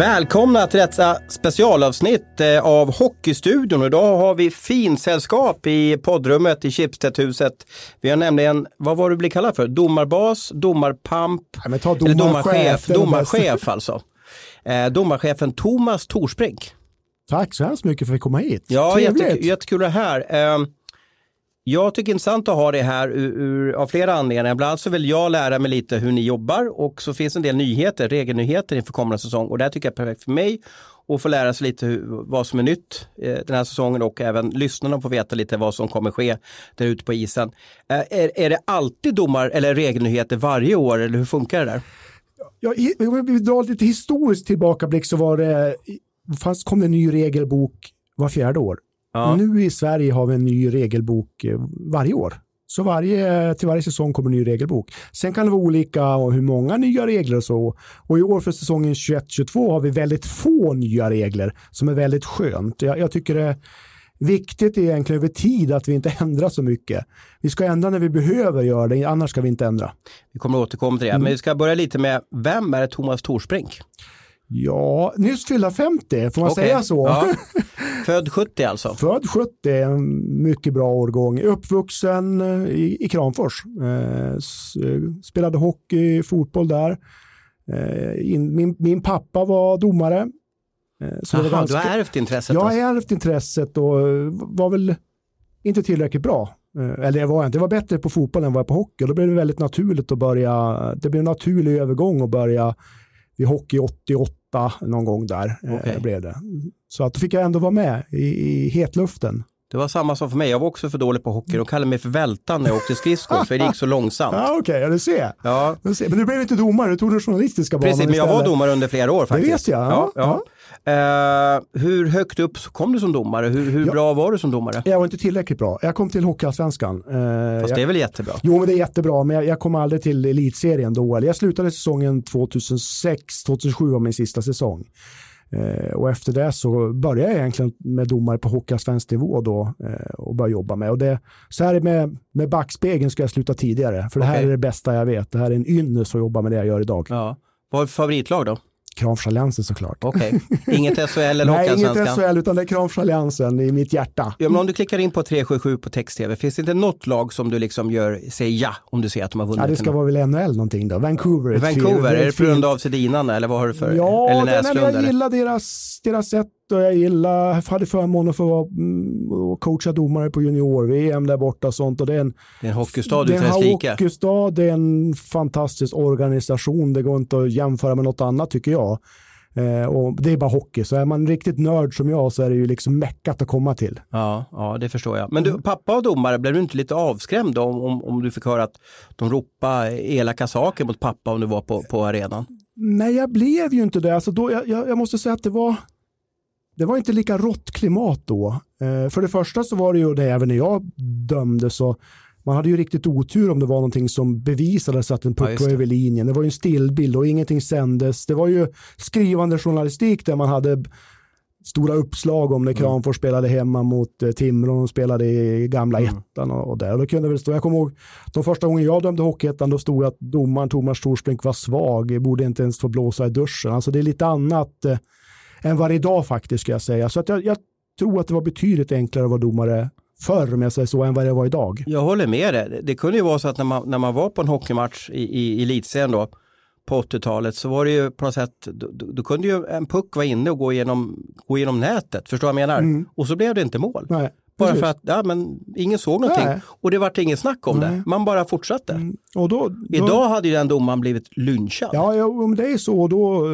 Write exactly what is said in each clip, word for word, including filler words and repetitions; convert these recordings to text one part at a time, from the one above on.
Välkomna till detta specialavsnitt av Hockeystudion. Idag har vi fin sällskap i poddrummet i Schibstedhuset. Vi har nämligen, vad var det du blir kallad för? Domarbas, domarpamp, ja, men ta eller domarchef, domarchef, domarchef alltså. Eh, domarchefen Thomas Torsbrink. Tack så hemskt mycket för att komma hit. Ja, jättekul, jättekul det här. Eh, Jag tycker det är intressant att ha det här ur, ur, av flera anledningar. Bland annat så vill jag lära mig lite hur ni jobbar och så finns en del nyheter, regelnyheter inför kommande säsong. Och det här tycker jag är perfekt för mig att få lära sig lite hur, vad som är nytt eh, den här säsongen och även lyssnarna får veta lite vad som kommer ske där ute på isen. Eh, är, är det alltid domar eller regelnyheter varje år eller hur funkar det där? Ja, om vi drar lite historiskt tillbakablick så var det, fanns, kom det en ny regelbok var fjärde år. Ja. Nu i Sverige har vi en ny regelbok varje år. Så varje, till varje säsong kommer en ny regelbok. Sen kan det vara olika hur många nya regler och så. Och i år för säsongen tjugoett tjugotvå har vi väldigt få nya regler som är väldigt skönt. Jag, jag tycker det är viktigt egentligen över tid att vi inte ändrar så mycket. Vi ska ändra när vi behöver göra det, annars ska vi inte ändra. Vi kommer att återkomma till det. Mm. Men vi ska börja lite med, vem är Thomas Torsbrink? Ja, nyss fyllda femtio, får man okay. säga så? Ja. Född sjuttio alltså? Född sjuttio, en mycket bra årgång. Uppvuxen i, i Kramfors. Eh, spelade hockey, fotboll där. Eh, in, min, min pappa var domare. Eh, så Aha, var ganska, du har ärvt intresset? Jag har ärvt intresset och var väl inte tillräckligt bra. Eh, eller jag var inte, jag var bättre på fotboll än vad jag på hockey. Då blev det väldigt naturligt att börja, det blev en naturlig övergång att börja vid hockey åttioåtta någon gång där okay. eh, blev det. Så att då fick jag ändå vara med i, i hetluften. Det var samma som för mig. Jag var också för dålig på hockey. De kallade mig för vältan när jag åkte skridskor för det gick så långsamt. Ja, okej. Okay, ja, du ser. Ja. Du ser. Men du blev inte domare. Du tog den journalistiska banan. Precis, men jag var domare under flera år faktiskt. Det vet jag. Ja, ja, ja. Uh, hur högt upp kom du som domare? Hur, hur ja. bra var du som domare? Jag var inte tillräckligt bra. Jag kom till Hockeyallsvenskan. Uh, Fast jag... det är väl jättebra? Jo, men det är jättebra. Men jag, jag kom aldrig till elitserien då. Jag slutade säsongen tjugohundrasex tjugohundrasju var min sista säsong. Eh, och efter det så började jag egentligen med domare på Hockeyallsvensk nivå då eh, och började jobba med. Och det, så här med, med backspegeln ska jag sluta tidigare. För det här okay. är det bästa jag vet. Det här är en ynnest att jobba med det jag gör idag. Ja. Vad är favoritlag då? Kramfors-alliansen såklart. Okej. Okay. Inget S H L eller Nej, Hockeyallsvenskan? inget S H L utan det är Kramfors-alliansen i mitt hjärta. Ja, men om du klickar in på tre sju sju på text-tv, finns det inte något lag som du liksom gör, säger ja om du ser att de har vunnit? Ja, det ska vara väl N H L någonting då. Vancouver. Vancouver, fyr, är det på grund av Sedinarna eller vad har du för? Ja, eller Näslund, jag eller? gillar deras, deras sätt och jag gillar, jag hade förmånen för att vara och coacha domare på junior-V M där borta och sånt. Och det är en, det är en hockeystad utan dess like. Hockeystad, det är en fantastisk organisation. Det går inte att jämföra med något annat tycker jag. Eh, och det är bara hockey, så är man riktigt nörd som jag så är det ju liksom mäckat att komma till. Ja, ja det förstår jag. Men du, pappa och domare, blev du inte lite avskrämd om, om, om du fick höra att de ropade elaka saker mot pappa om du var på, på arenan? Nej, jag blev ju inte det. Alltså då, jag, jag måste säga att det var det var inte lika rått klimat då. Eh, för det första så var det ju det även när jag dömde så man hade ju riktigt otur om det var någonting som bevisades att en puck ja, var över linjen. Det var ju en stillbild och ingenting sändes. Det var ju skrivande journalistik där man hade stora uppslag om när Kramfors mm. spelade hemma mot eh, Timrå och de spelade i gamla mm. ettan och, och där. Och då kunde väl stå, jag kommer ihåg de första gången jag dömde hockeyettan då stod att domaren Thomas Torsbrink var svag, borde inte ens få blåsa i duschen. Alltså det är lite annat eh, än vad det är idag faktiskt ska jag säga. Så att jag, jag tror att det var betydligt enklare att vara domare förr om jag säger så än vad det var idag. Jag håller med dig. Det kunde ju vara så att när man, när man var på en hockeymatch i, i elitserien då på åttiotalet så var det ju på något sätt, då, då kunde ju en puck vara inne och gå igenom, gå igenom nätet, förstår jag vad jag menar? Mm. Och så blev det inte mål. Nej, bara precis. För att ja, men ingen såg någonting. Nej. Och det var ingen snack om Nej. det. Man bara fortsatte. Mm. Och då, då... Idag hade ju den domaren blivit lynchad. Ja, ja men det är så då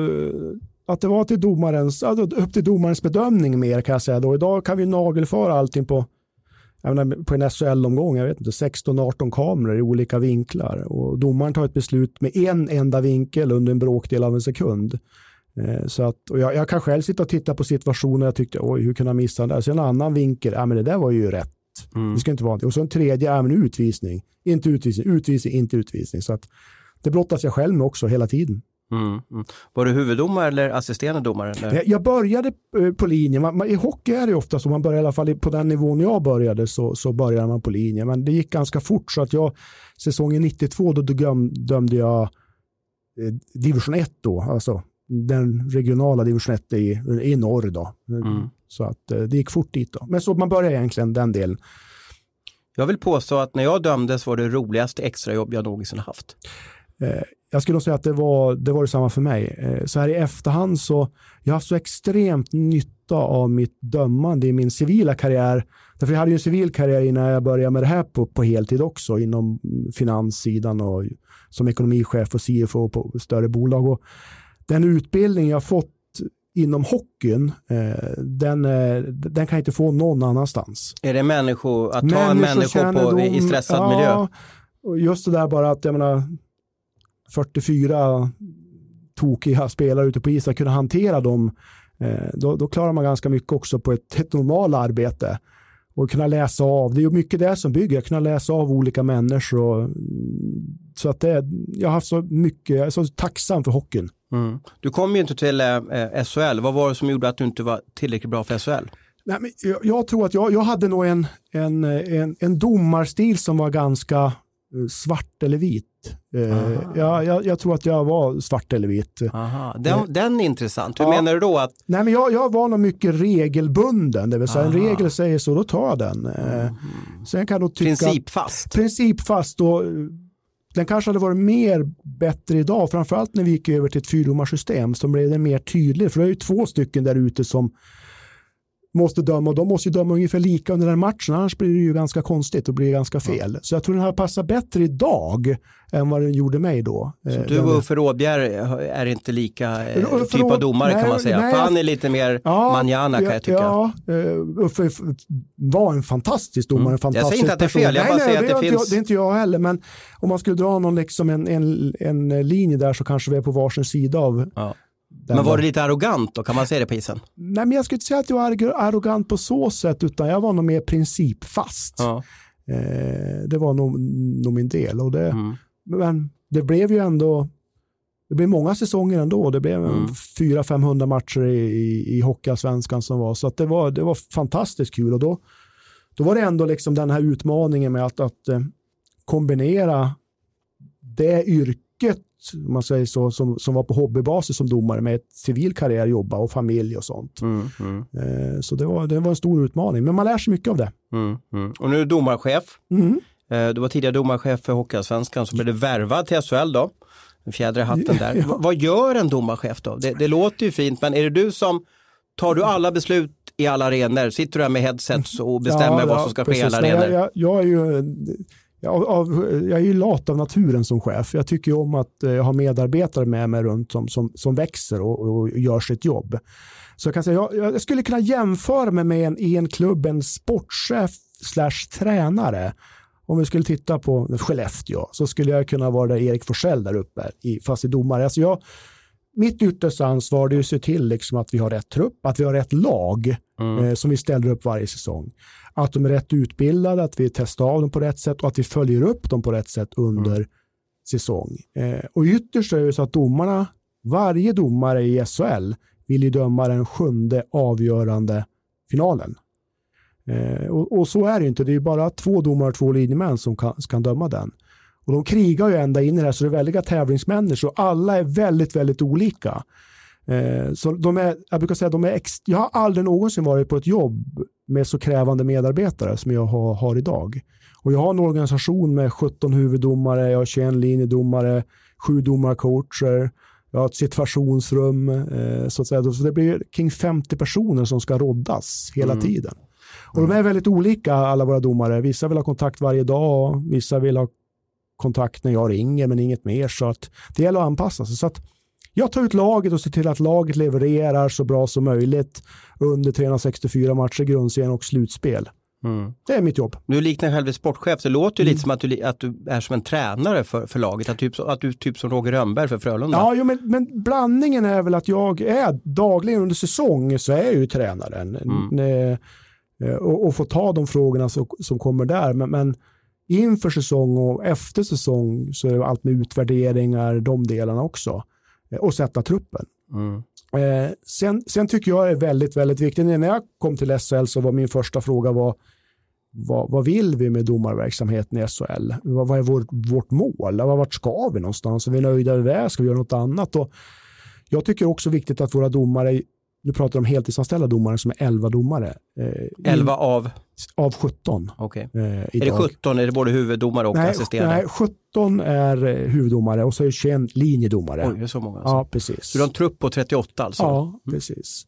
att det var till domarens, upp till domarens bedömning mer kan jag säga. Då. Idag kan vi nagelföra allting på jag menar, på en S H L-omgång, jag vet inte, sexton arton kameror i olika vinklar och domaren tar ett beslut med en enda vinkel under en bråkdel av en sekund. Eh, så att, och jag, jag kan själv sitta och titta på situationer jag tyckte, oj hur kunde jag missa det där? Så en annan vinkel, ja men det där var ju rätt. Mm. Det ska inte vara. Och så en tredje, ja men utvisning. Inte utvisning, utvisning, inte utvisning. Så att det brottas jag själv med också hela tiden. Mm, mm. Var du huvuddomare eller assisterande domare? Eller? Jag började på linjen. Man, man, i hockey är det ofta så man börjar i alla fall på den nivån jag började så, så började man på linjen. Men det gick ganska fort så att jag säsongen nittiotvå då döm, dömde jag eh, division ett då. Alltså den regionala division ett i, i norr då. Mm. Så att det gick fort dit då. Men så man börjar egentligen den delen. Jag vill påstå att när jag dömdes var det roligaste extrajobb jag någonsin haft. Eh, jag skulle nog säga att det var, det var detsamma för mig. Eh, så här i efterhand så jag har haft så extremt nytta av mitt dömande i min civila karriär. Därför jag hade ju en civil karriär innan jag började med det här på, på heltid också inom finanssidan och som ekonomichef och C F O på större bolag. Och den utbildning jag fått inom hockeyn, eh, den, eh, den kan jag inte få någon annanstans. Är det människor, att ta en människa på, i stressad ja, miljö? Och just det där bara att jag menar fyrtiofyra tokiga spelare ute på isen kunna hantera dem, eh, då, då klarar man ganska mycket också på ett, ett normalt arbete. Och kunna läsa av, det är ju mycket det som bygger, kunna läsa av olika människor. Och, så att det, jag har haft så mycket, jag är så tacksam för hockeyn. Mm. Du kom ju inte till eh, S H L, vad var det som gjorde att du inte var tillräckligt bra för S H L? Nej, men jag, jag tror att jag, jag hade nog en, en, en, en domarstil som var ganska svart eller vit. Eh, jag, jag, jag tror att jag var svart eller vit. Aha. Den, eh, den är intressant. Hur ja. menar du då? Att... Nej, men jag, jag var nog mycket regelbunden. Det vill säga Aha. en regel säger så, då tar jag den. Eh, mm. Sen kan jag tycka, principfast. Principfast. Och, den kanske hade varit mer bättre idag. Framförallt när vi gick över till ett fyrdomarsystem som blev det mer tydligt. För det är ju två stycken där ute som måste döma och de måste ju döma ungefär lika under den matchen, annars blir det ju ganska konstigt och blir ganska fel. Ja. Så jag tror den här passar bättre idag än vad den gjorde mig då. Så du och Uffe Rådbjer är inte lika eh, typ av domare nej, kan man säga. Nej, för han är lite mer ja, manjana kan jag tycka. Ja, uh, Uffe var en fantastisk domare. Mm. En fantastisk jag säger inte att det är fel, jag bara nej, säger nej, att det, det finns... Det är inte jag heller, men om man skulle dra någon liksom en, en, en linje där så kanske vi är på varsin sida av... Ja. Den men var det lite arrogant då? Kan man säga det på isen? Nej, men jag skulle inte säga att jag var arrogant på så sätt, utan jag var nog mer principfast. Ja. Eh, det var nog, nog min del. Och det, mm. Men det blev ju ändå, det blev många säsonger ändå. Det blev mm. fyra till femhundra matcher i, i, i Hockeyallsvenskan som var. Så att det, var, det var fantastiskt kul. Och då, då var det ändå liksom den här utmaningen med att, att eh, kombinera det yrket, om man säger så, som, som var på hobbybasis som domare med ett civil karriär, jobba och familj och sånt. Mm, mm. Eh, så det var, det var en stor utmaning, men man lär sig mycket av det. Mm, mm. Och nu är du domarchef. Mm. Eh, du var tidigare domarchef för Hockeyallsvenskan, så blev du värvad till S H L då. Den fjädra hatten där. Ja. V- vad gör en domarchef då? Det, det låter ju fint, men är det du som tar du alla beslut i alla arenor? Sitter du där med headsets och bestämmer ja, vad som ska ske i alla arenor? Jag, jag, jag är ju... Jag, av, jag är ju lat av naturen som chef. Jag tycker om att jag har medarbetare med mig runt som, som, som växer och, och gör sitt jobb. Så jag kan säga, jag, jag skulle kunna jämföra mig med en, i en klubb, en sportchef slash tränare. Om vi skulle titta på Skellefteå så skulle jag kunna vara där Erik Forsell där uppe, i, fast i domare. Alltså jag, mitt yttersta ansvar är att se till liksom att vi har rätt trupp, att vi har rätt lag mm. eh, som vi ställer upp varje säsong. Att de är rätt utbildade, att vi testar av dem på rätt sätt och att vi följer upp dem på rätt sätt under mm. säsong. Eh, och ytterst är det så att domarna, varje domare i S H L vill ju döma den sjunde avgörande finalen. Eh, och, och så är det inte, det är bara två domare och två linjemän som kan, kan döma den. Och de krigar ju ända in i det här, så det är väldiga tävlingsmänniskor och alla är väldigt, väldigt olika. Eh, så de är, jag brukar säga att de är ex- jag har aldrig någonsin varit på ett jobb med så krävande medarbetare som jag har, har idag. Och jag har en organisation med sjutton huvuddomare, jag har tjugoett linjedomare, sju domarcoacher, jag har ett situationsrum, eh, så att säga. Så det blir kring femtio personer som ska roddas hela mm. tiden. Och mm. de är väldigt olika, alla våra domare. Vissa vill ha kontakt varje dag, vissa vill ha kontakt när jag ringer men inget mer, så att det gäller att anpassa sig. Så att jag tar ut laget och ser till att laget levererar så bra som möjligt under trehundrasextiofyra matcher, grundserien och slutspel. Mm. Det är mitt jobb. Du liknar själv sportchef, så det låter ju mm. lite som att du, att du är som en tränare för, för laget, att, typ, att du typ som Roger Rönnberg för Frölunda. Ja, jo, men, men blandningen är väl att jag är dagligen under säsong så är jag ju tränaren mm. och, och får ta de frågorna som, som kommer där, men, men inför säsong och efter säsong så är det allt med utvärderingar, de delarna också. Och sätta truppen. Mm. Eh, sen, sen tycker jag är väldigt, väldigt viktigt. När jag kom till S H L så var min första fråga var, vad, vad vill vi med domarverksamheten i S H L? Vad, vad är vår, vårt mål? Vart ska vi någonstans? Är vi nöjda med det? Ska vi göra något annat? Och Jag tycker också viktigt att våra domare, nu pratar de om heltidsanställda domare som är elva domare. Eh, elva av? Av sjutton. Okay. Eh, är det sjutton? Är det både huvuddomare och nej, assisterande? Nej, sjutton är huvuddomare och så är det tjugoen linjedomare. Oj, det är så många. Alltså. Ja, precis. Så du har en trupp på trettioåtta alltså? Ja, precis.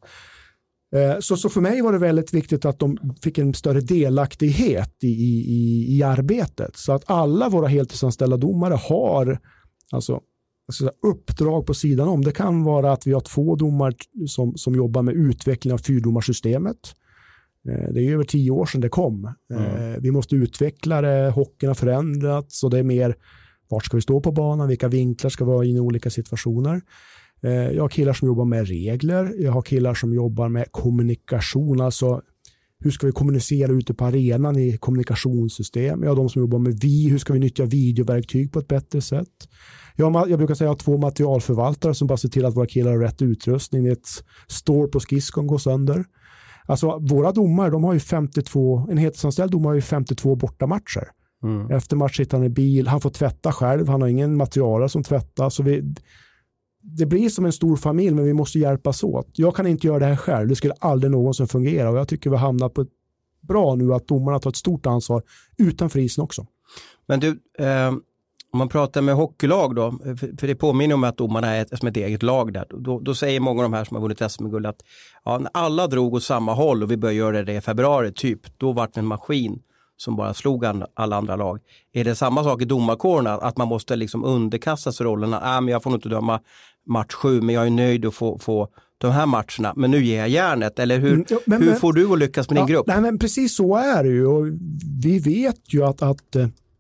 Eh, så, så för mig var det väldigt viktigt att de fick en större delaktighet i, i, i arbetet. Så att alla våra heltidsanställda domare har alltså Alltså uppdrag på sidan om. Det kan vara att vi har två domare som, som jobbar med utveckling av fyrdomarsystemet. Eh, det är över tio år sedan det kom. Mm. Eh, vi måste utveckla det, hockeyn har förändrats så det är mer vart ska vi stå på banan, vilka vinklar ska vara i olika situationer. Eh, jag har killar som jobbar med regler, jag har killar som jobbar med kommunikation, alltså hur ska vi kommunicera ute på arenan i kommunikationssystem. Jag har de som jobbar med vi, hur ska vi nyttja videoverktyg på ett bättre sätt. Jag, jag brukar säga att jag har två materialförvaltare som bara ser till att våra killar har rätt utrustning. Ett står på skridskon går sönder. Alltså våra domare, de har ju femtiotvå, en heltidsanställd domare har ju femtiotvå bortamatcher. Mm. Efter match sitter han i bil, han får tvätta själv, han har ingen materialare som tvättar. Så vi, det blir som en stor familj men vi måste hjälpas åt. Jag kan inte göra det här själv, det skulle aldrig någonsin fungera och jag tycker vi hamnar på ett bra nu att domarna tar ett stort ansvar utanför isen också. Men du, eh... om man pratar med hockeylag då, för det påminner om att domarna är ett, som ett eget lag där, då, då säger många av de här som har vunnit S M-guld att ja, när alla drog åt samma håll och vi började göra det i februari typ, då var det en maskin som bara slog alla andra lag. Är det samma sak i domarkåren att man måste liksom underkasta sig rollerna? Äh, men jag får inte döma match sju men jag är nöjd att få, få de här matcherna, men nu ger jag järnet. Eller hur, mm, ja, men, hur får du att lyckas med ja, din grupp? Nej, men precis så är det ju och vi vet ju att, att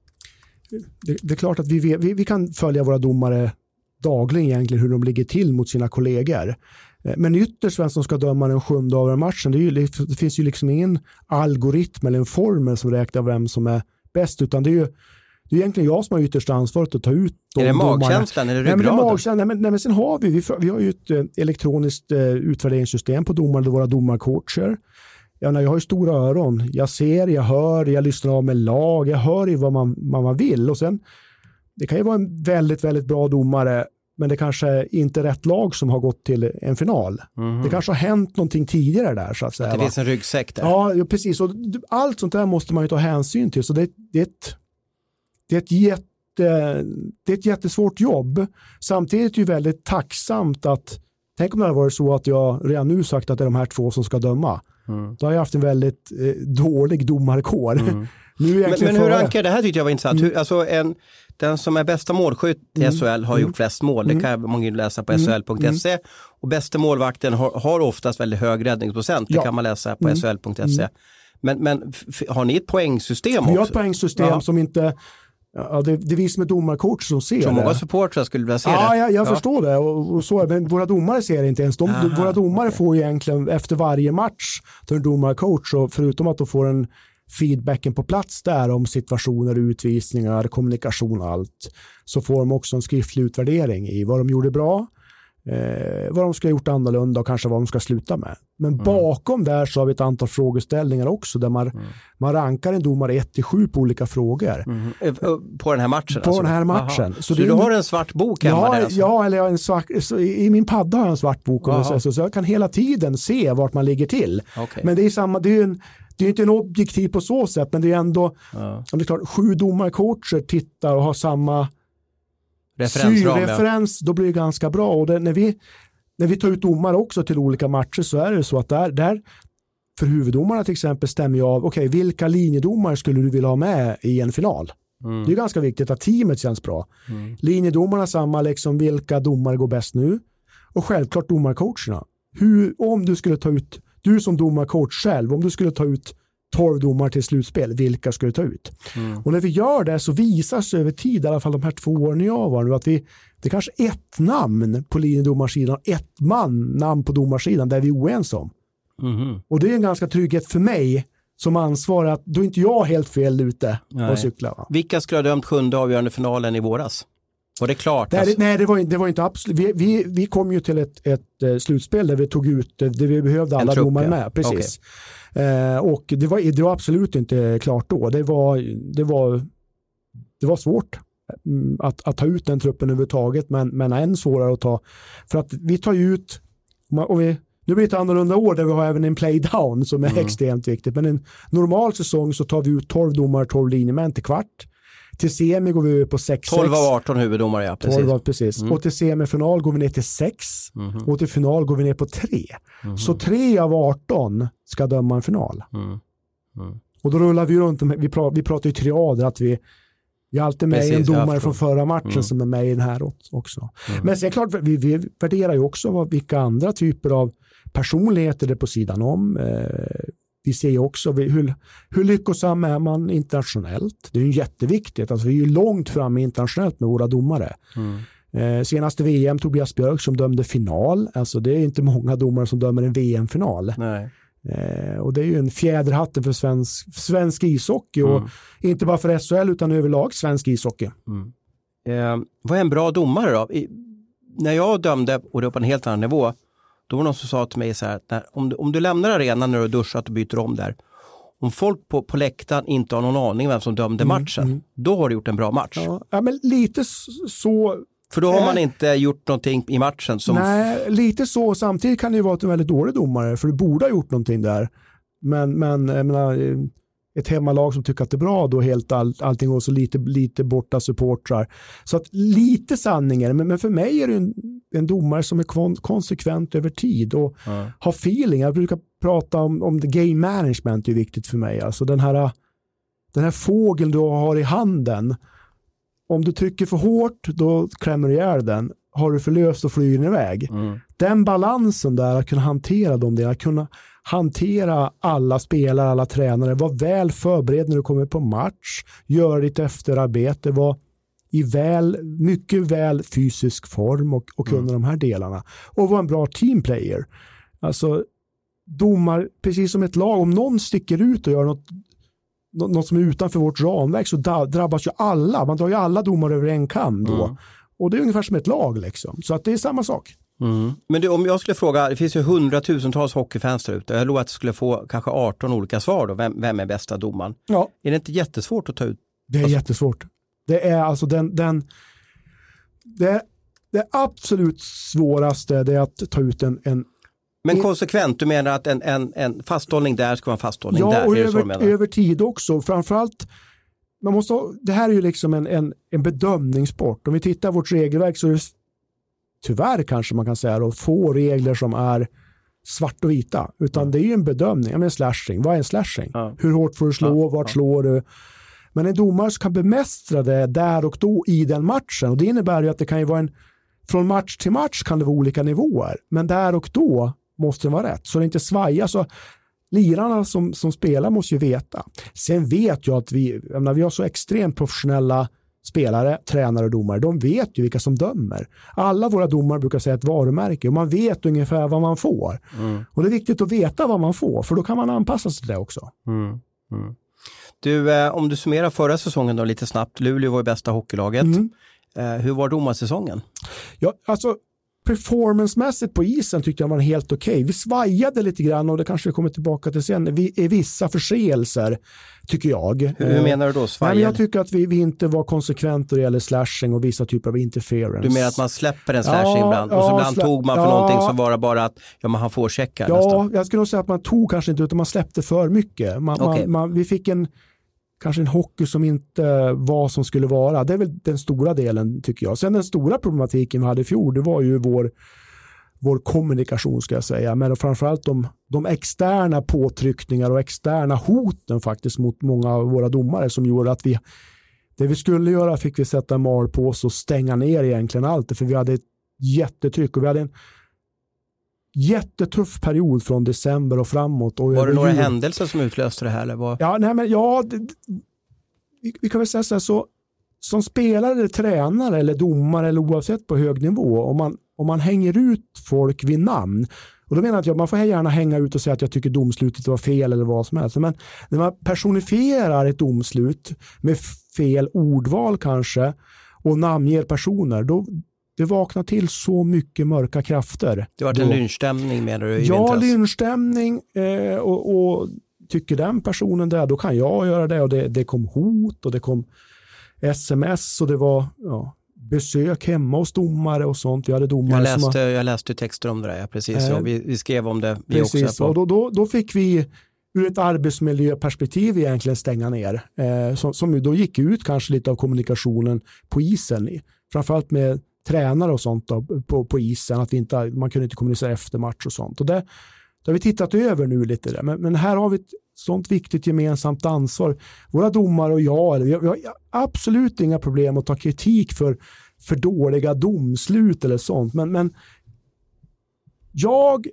Det, det är klart att vi, vi, vi kan följa våra domare dagligen egentligen hur de ligger till mot sina kollegor. Men ytterst vem som ska döma den sjunde av matchen, det, är ju, det finns ju liksom ingen algoritm eller en formel som räknar vem som är bäst, utan det är ju det är egentligen jag som har ytterst ansvaret att ta ut de Är det magkänslan eller ryggraden? Nej, men magkänslan, nej, men, nej, men sen har vi, vi, vi har ju ett eh, elektroniskt eh, utvärderingssystem på domare, våra domarcoacher. Ja, jag har ju stora öron. Jag ser, jag hör, jag lyssnar av med lag. Jag hör ju vad man, vad man vill. Och sen, det kan ju vara en väldigt, väldigt bra domare, men det kanske inte är rätt lag som har gått till en final. Mm. Det kanske har hänt någonting tidigare där, så att säga. Det finns en ryggsäck där. Ja, precis. Och allt sånt där måste man ju ta hänsyn till. Så det, det, är, ett, det, är, ett jätte, det är ett jättesvårt jobb. Samtidigt är det ju väldigt tacksamt att, tänk om det hade varit så att jag redan nu sagt att det är de här två som ska döma. Mm. Då har jag haft en väldigt eh, dålig domarkår. Mm. nu men, men hur rankar det här tyckte jag var intressant. Mm. Hur, alltså en, den som är bästa målskytt i S H L har mm. gjort flest mål. Det kan man ju läsa på mm. S H L punkt se. Mm. Och bästa målvakten har, har oftast väldigt hög räddningsprocent. Det ja. kan man läsa på mm. S H L punkt se. Mm. Men, men f- har ni ett poängsystem också? Vi har ett poängsystem ja. som inte... Ja, det, det är vi som är domarcoach som ser så det. många supportrar skulle vilja se ja, det. Ja, jag ja. förstår det. Och, och så, men våra domare ser det inte ens. De, Aha, våra domare okay. får ju egentligen efter varje match till en domarcoach, och förutom att de får en feedbacken på plats där om situationer, utvisningar, kommunikation och allt, så får de också en skriftlig utvärdering i vad de gjorde bra, eh, vad de skulle ha gjort annorlunda och kanske vad de ska sluta med. Men mm. bakom där så har vi ett antal frågeställningar också där man, mm. man rankar en domare ett till sju på olika frågor. Mm. På den här matchen? På alltså. den här matchen. Så, så du har en svart bok hemma ja, där? Alltså. Ja, eller jag har en svart, så i min padda har jag en svart bok om så, så jag kan hela tiden se vart man ligger till. Okay. Men det är samma, det är ju en Det är inte en objektiv på så sätt, men det är ändå ja. det är klart, sju domarcoacher tittar och har samma syrreferens, ja. då blir det ganska bra. Och det, när, vi, när vi tar ut domare också till olika matcher så är det så att där, där för huvuddomarna till exempel stämmer jag av, okej, okay, vilka linjedomare skulle du vilja ha med i en final? Mm. Det är ganska viktigt att teamet känns bra. Mm. Linjedomarna samma, liksom, vilka domare går bäst nu? Och självklart domarcoacherna. Hur, om du skulle ta ut Du som domarcoach själv, om du skulle ta ut tolv domar till slutspel, vilka ska du ta ut? Mm. Och när vi gör det så visar sig över tid, i alla fall de här två åren jag var nu, att vi, det är kanske ett namn på linjedomarsidan och ett man namn på domarsidan där vi är oense om. Mm. Och det är en ganska trygghet för mig som ansvarar att då är inte jag helt fel ute och cykla. Va? Vilka skulle ha dömt sjunde avgörande finalen i våras? Var det klart? Nej, det, nej, det, var, det var inte absolut. Vi, vi, vi kom ju till ett, ett, ett slutspel där vi tog ut, där vi behövde alla trupp, domare ja. med. Precis. Okay. Eh, och det var, det var absolut inte klart då. Det var, det var, det var svårt. att, att ta ut den truppen överhuvudtaget, men, men än svårare att ta. För att vi tar ju ut, och vi, nu blir det ett annorlunda år där vi har även en playdown som är mm. extremt viktigt, men en normal säsong så tar vi ut tolv domare, tolv linjemän till kvart. Till semi går vi på sex sex. tolv av arton huvuddomare, ja. Precis. tolv, precis. Mm. Och till semifinal går vi ner till sex. Mm. Och till final går vi ner på tre. Mm. Så tre av arton ska döma en final. Mm. Mm. Och då rullar vi runt, vi pratar, vi pratar ju triader, att vi, vi är alltid med precis, en domare från förra matchen mm. som är med i den här också. Mm. Men sen är klart, vi, vi värderar ju också vad, vilka andra typer av personligheter det är på sidan om. Eh, Vi ser också hur, hur lyckosam är man internationellt. Det är ju jätteviktigt. Alltså, vi är ju långt fram internationellt med våra domare. Mm. Eh, senaste V M Tobias Björk som dömde final. Alltså, det är inte många domare som dömer en V M-final. Nej. Eh, och det är ju en fjäderhatten för svensk, svensk ishockey. Mm. Och inte bara för S H L utan överlag svensk ishockey. Mm. Eh, vad är en bra domare då? I, när jag dömde, och det var på en helt annan nivå, då var någon som sa till mig så här, när, om, du, om du lämnar arenan när du har duschat och byter om där, om folk på, på läktaren inte har någon aning vem som dömde mm, matchen, mm. då har du gjort en bra match. Ja, ja men lite så... För då har äh, man inte gjort någonting i matchen som... Nej, lite så. Samtidigt kan det ju vara en väldigt dålig domare, för du borde ha gjort någonting där. Men, men jag menar, ett hemmalag som tycker att det är bra, då helt all, allting och så lite, lite borta supportrar. Så att lite sanningar, men, men för mig är det en, en domare som är kon, konsekvent över tid och mm. har feeling. Jag brukar prata om, om the game management, är viktigt för mig. Alltså den här, den här fågeln du har i handen, om du trycker för hårt, då klämmer du ihjäl den. Har du för löst och flyger den iväg. Mm. Den balansen där, att kunna hantera dem, det, att kunna hantera alla spelare, alla tränare, vara väl förberedd när du kommer på match, göra ditt efterarbete, vara i väl, mycket väl fysisk form och, och kunna mm. de här delarna. Och vara en bra teamplayer. Alltså, domar, precis som ett lag, om någon sticker ut och gör något, något som är utanför vårt ramverk, så drabbas ju alla. Man drar ju alla domar över en kam då. Mm. Och det är ungefär som ett lag liksom. Så att det är samma sak. Mm. Men du, om jag skulle fråga, det finns ju hundratusentals hockeyfans där ute. Jag lovar att jag skulle få kanske arton olika svar då. Vem, vem är bästa domaren? Ja. Är det inte jättesvårt att ta ut? Det är alltså... jättesvårt. Det är alltså den, den det, det absolut svåraste, det är att ta ut en, en Men konsekvent, du menar att en, en, en fasthållning där ska vara en fasthållning ja, där? Ja, och är det över, över tid också. Framförallt, man måste, det här är ju liksom en, en, en bedömningssport. Om vi tittar på vårt regelverk så är det tyvärr kanske man kan säga då, få regler som är svart och vita. Utan mm. det är ju en bedömning. Jag menar slashing. Vad är en slashing? Mm. Hur hårt får du slå? Mm. Vart slår du? Men en domare kan bemästra det där och då i den matchen. Och det innebär ju att det kan ju vara en, från match till match kan det vara olika nivåer. Men där och då måste det vara rätt. Så det inte svajar. Så lirarna som, som spelar måste ju veta. Sen vet jag att vi, jag menar, vi har så extremt professionella spelare, tränare och domare. De vet ju vilka som dömer. Alla våra domare brukar säga ett varumärke och man vet ungefär vad man får. Mm. Och det är viktigt att veta vad man får, för då kan man anpassa sig till det också. Mm. Mm. Du, eh, om du summerar förra säsongen då lite snabbt. Luleå var ju bästa hockeylaget. Mm. Eh, hur var domarsäsongen? Ja, alltså performancemässigt på isen tyckte jag var helt okej. Okay. Vi svajade lite grann och det kanske vi kommer tillbaka till sen. Vi är vissa förseelser tycker jag. Hur, hur menar du då? Nej, men jag tycker att vi, vi inte var konsekventa när det gäller slashing och vissa typer av interference. Du menar att man släpper en slashing ja, ibland och så ibland slä- tog man för ja, någonting som var bara att ja, man han får checka ja, nästan. Jag skulle nog säga att man tog kanske inte utan man släppte för mycket. Man, okay. man, man, vi fick en kanske en hockey som inte var som skulle vara. Det är väl den stora delen tycker jag. Sen den stora problematiken vi hade i fjol, det var ju vår, vår kommunikation ska jag säga. Men framförallt de, de externa påtryckningar och externa hoten faktiskt mot många av våra domare som gjorde att vi, det vi skulle göra fick vi sätta en mal på oss och stänga ner egentligen allt. För vi hade ett jättetryck och vi hade en jättetuff period från december och framåt. Och var det några jul... händelser som utlöste det här? Eller vad? Ja, nej, men ja det, vi, vi kan väl säga så här, så som spelare eller tränare eller domare eller oavsett på hög nivå, om man, om man hänger ut folk vid namn, och då menar jag att man får gärna hänga ut och säga att jag tycker domslutet var fel eller vad som helst, men när man personifierar ett domslut med fel ordval kanske och namnger personer, då det vaknar till så mycket mörka krafter. Det var en lynchstämning menar du? I ja, vintras. lynchstämning eh, och, och tycker den personen det, då kan jag göra det. Och det, det kom hot och det kom sms och det var ja, besök hemma hos domare och sånt. Vi hade domare jag, läste, som har, jag läste texter om det där, ja, precis. Äh, vi, vi skrev om det. Vi precis, också och då, då, då fick vi ur ett arbetsmiljöperspektiv egentligen stänga ner. Eh, som, som då gick ut kanske lite av kommunikationen på isen. Framförallt med tränare och sånt då, på, på isen. Att vi inte, man kunde inte kommunicera efter match och sånt. Och det, det har vi tittat över nu lite. Där. Men, men här har vi ett sånt viktigt gemensamt ansvar. Våra domare och jag, vi har, vi har absolut inga problem att ta kritik för, för dåliga domslut eller sånt. Men, men jag...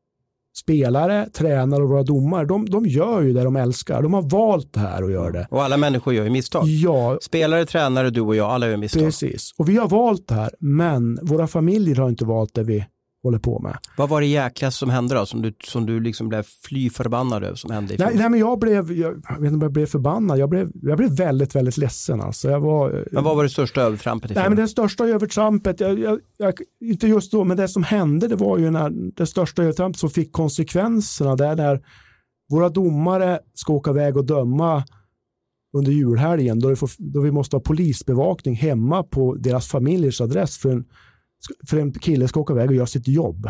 spelare, tränare och våra domare, de, de gör ju det de älskar. De har valt det här och gör det. Och alla människor gör ju misstag. Ja. Spelare, tränare, du och jag, alla gör misstag. Precis. Och vi har valt det här, men våra familjer har inte valt det vi håller på med. Vad var det jäklas som hände då? Som du, som du liksom blev fly förbannad över som hände i nej, nej, men jag blev, jag, jag vet inte om jag blev förbannad. Jag blev, jag blev väldigt, väldigt ledsen. Alltså. Jag var, men vad var det största övertrampet i nej, men det största övertrampet, jag, jag, jag, inte just då, men det som hände, det var ju när det största övertrampet som fick konsekvenserna där när våra domare ska åka iväg och döma under julhelgen, då, får, då vi måste ha polisbevakning hemma på deras familjers adress för en för en kille ska åka iväg och göra sitt jobb.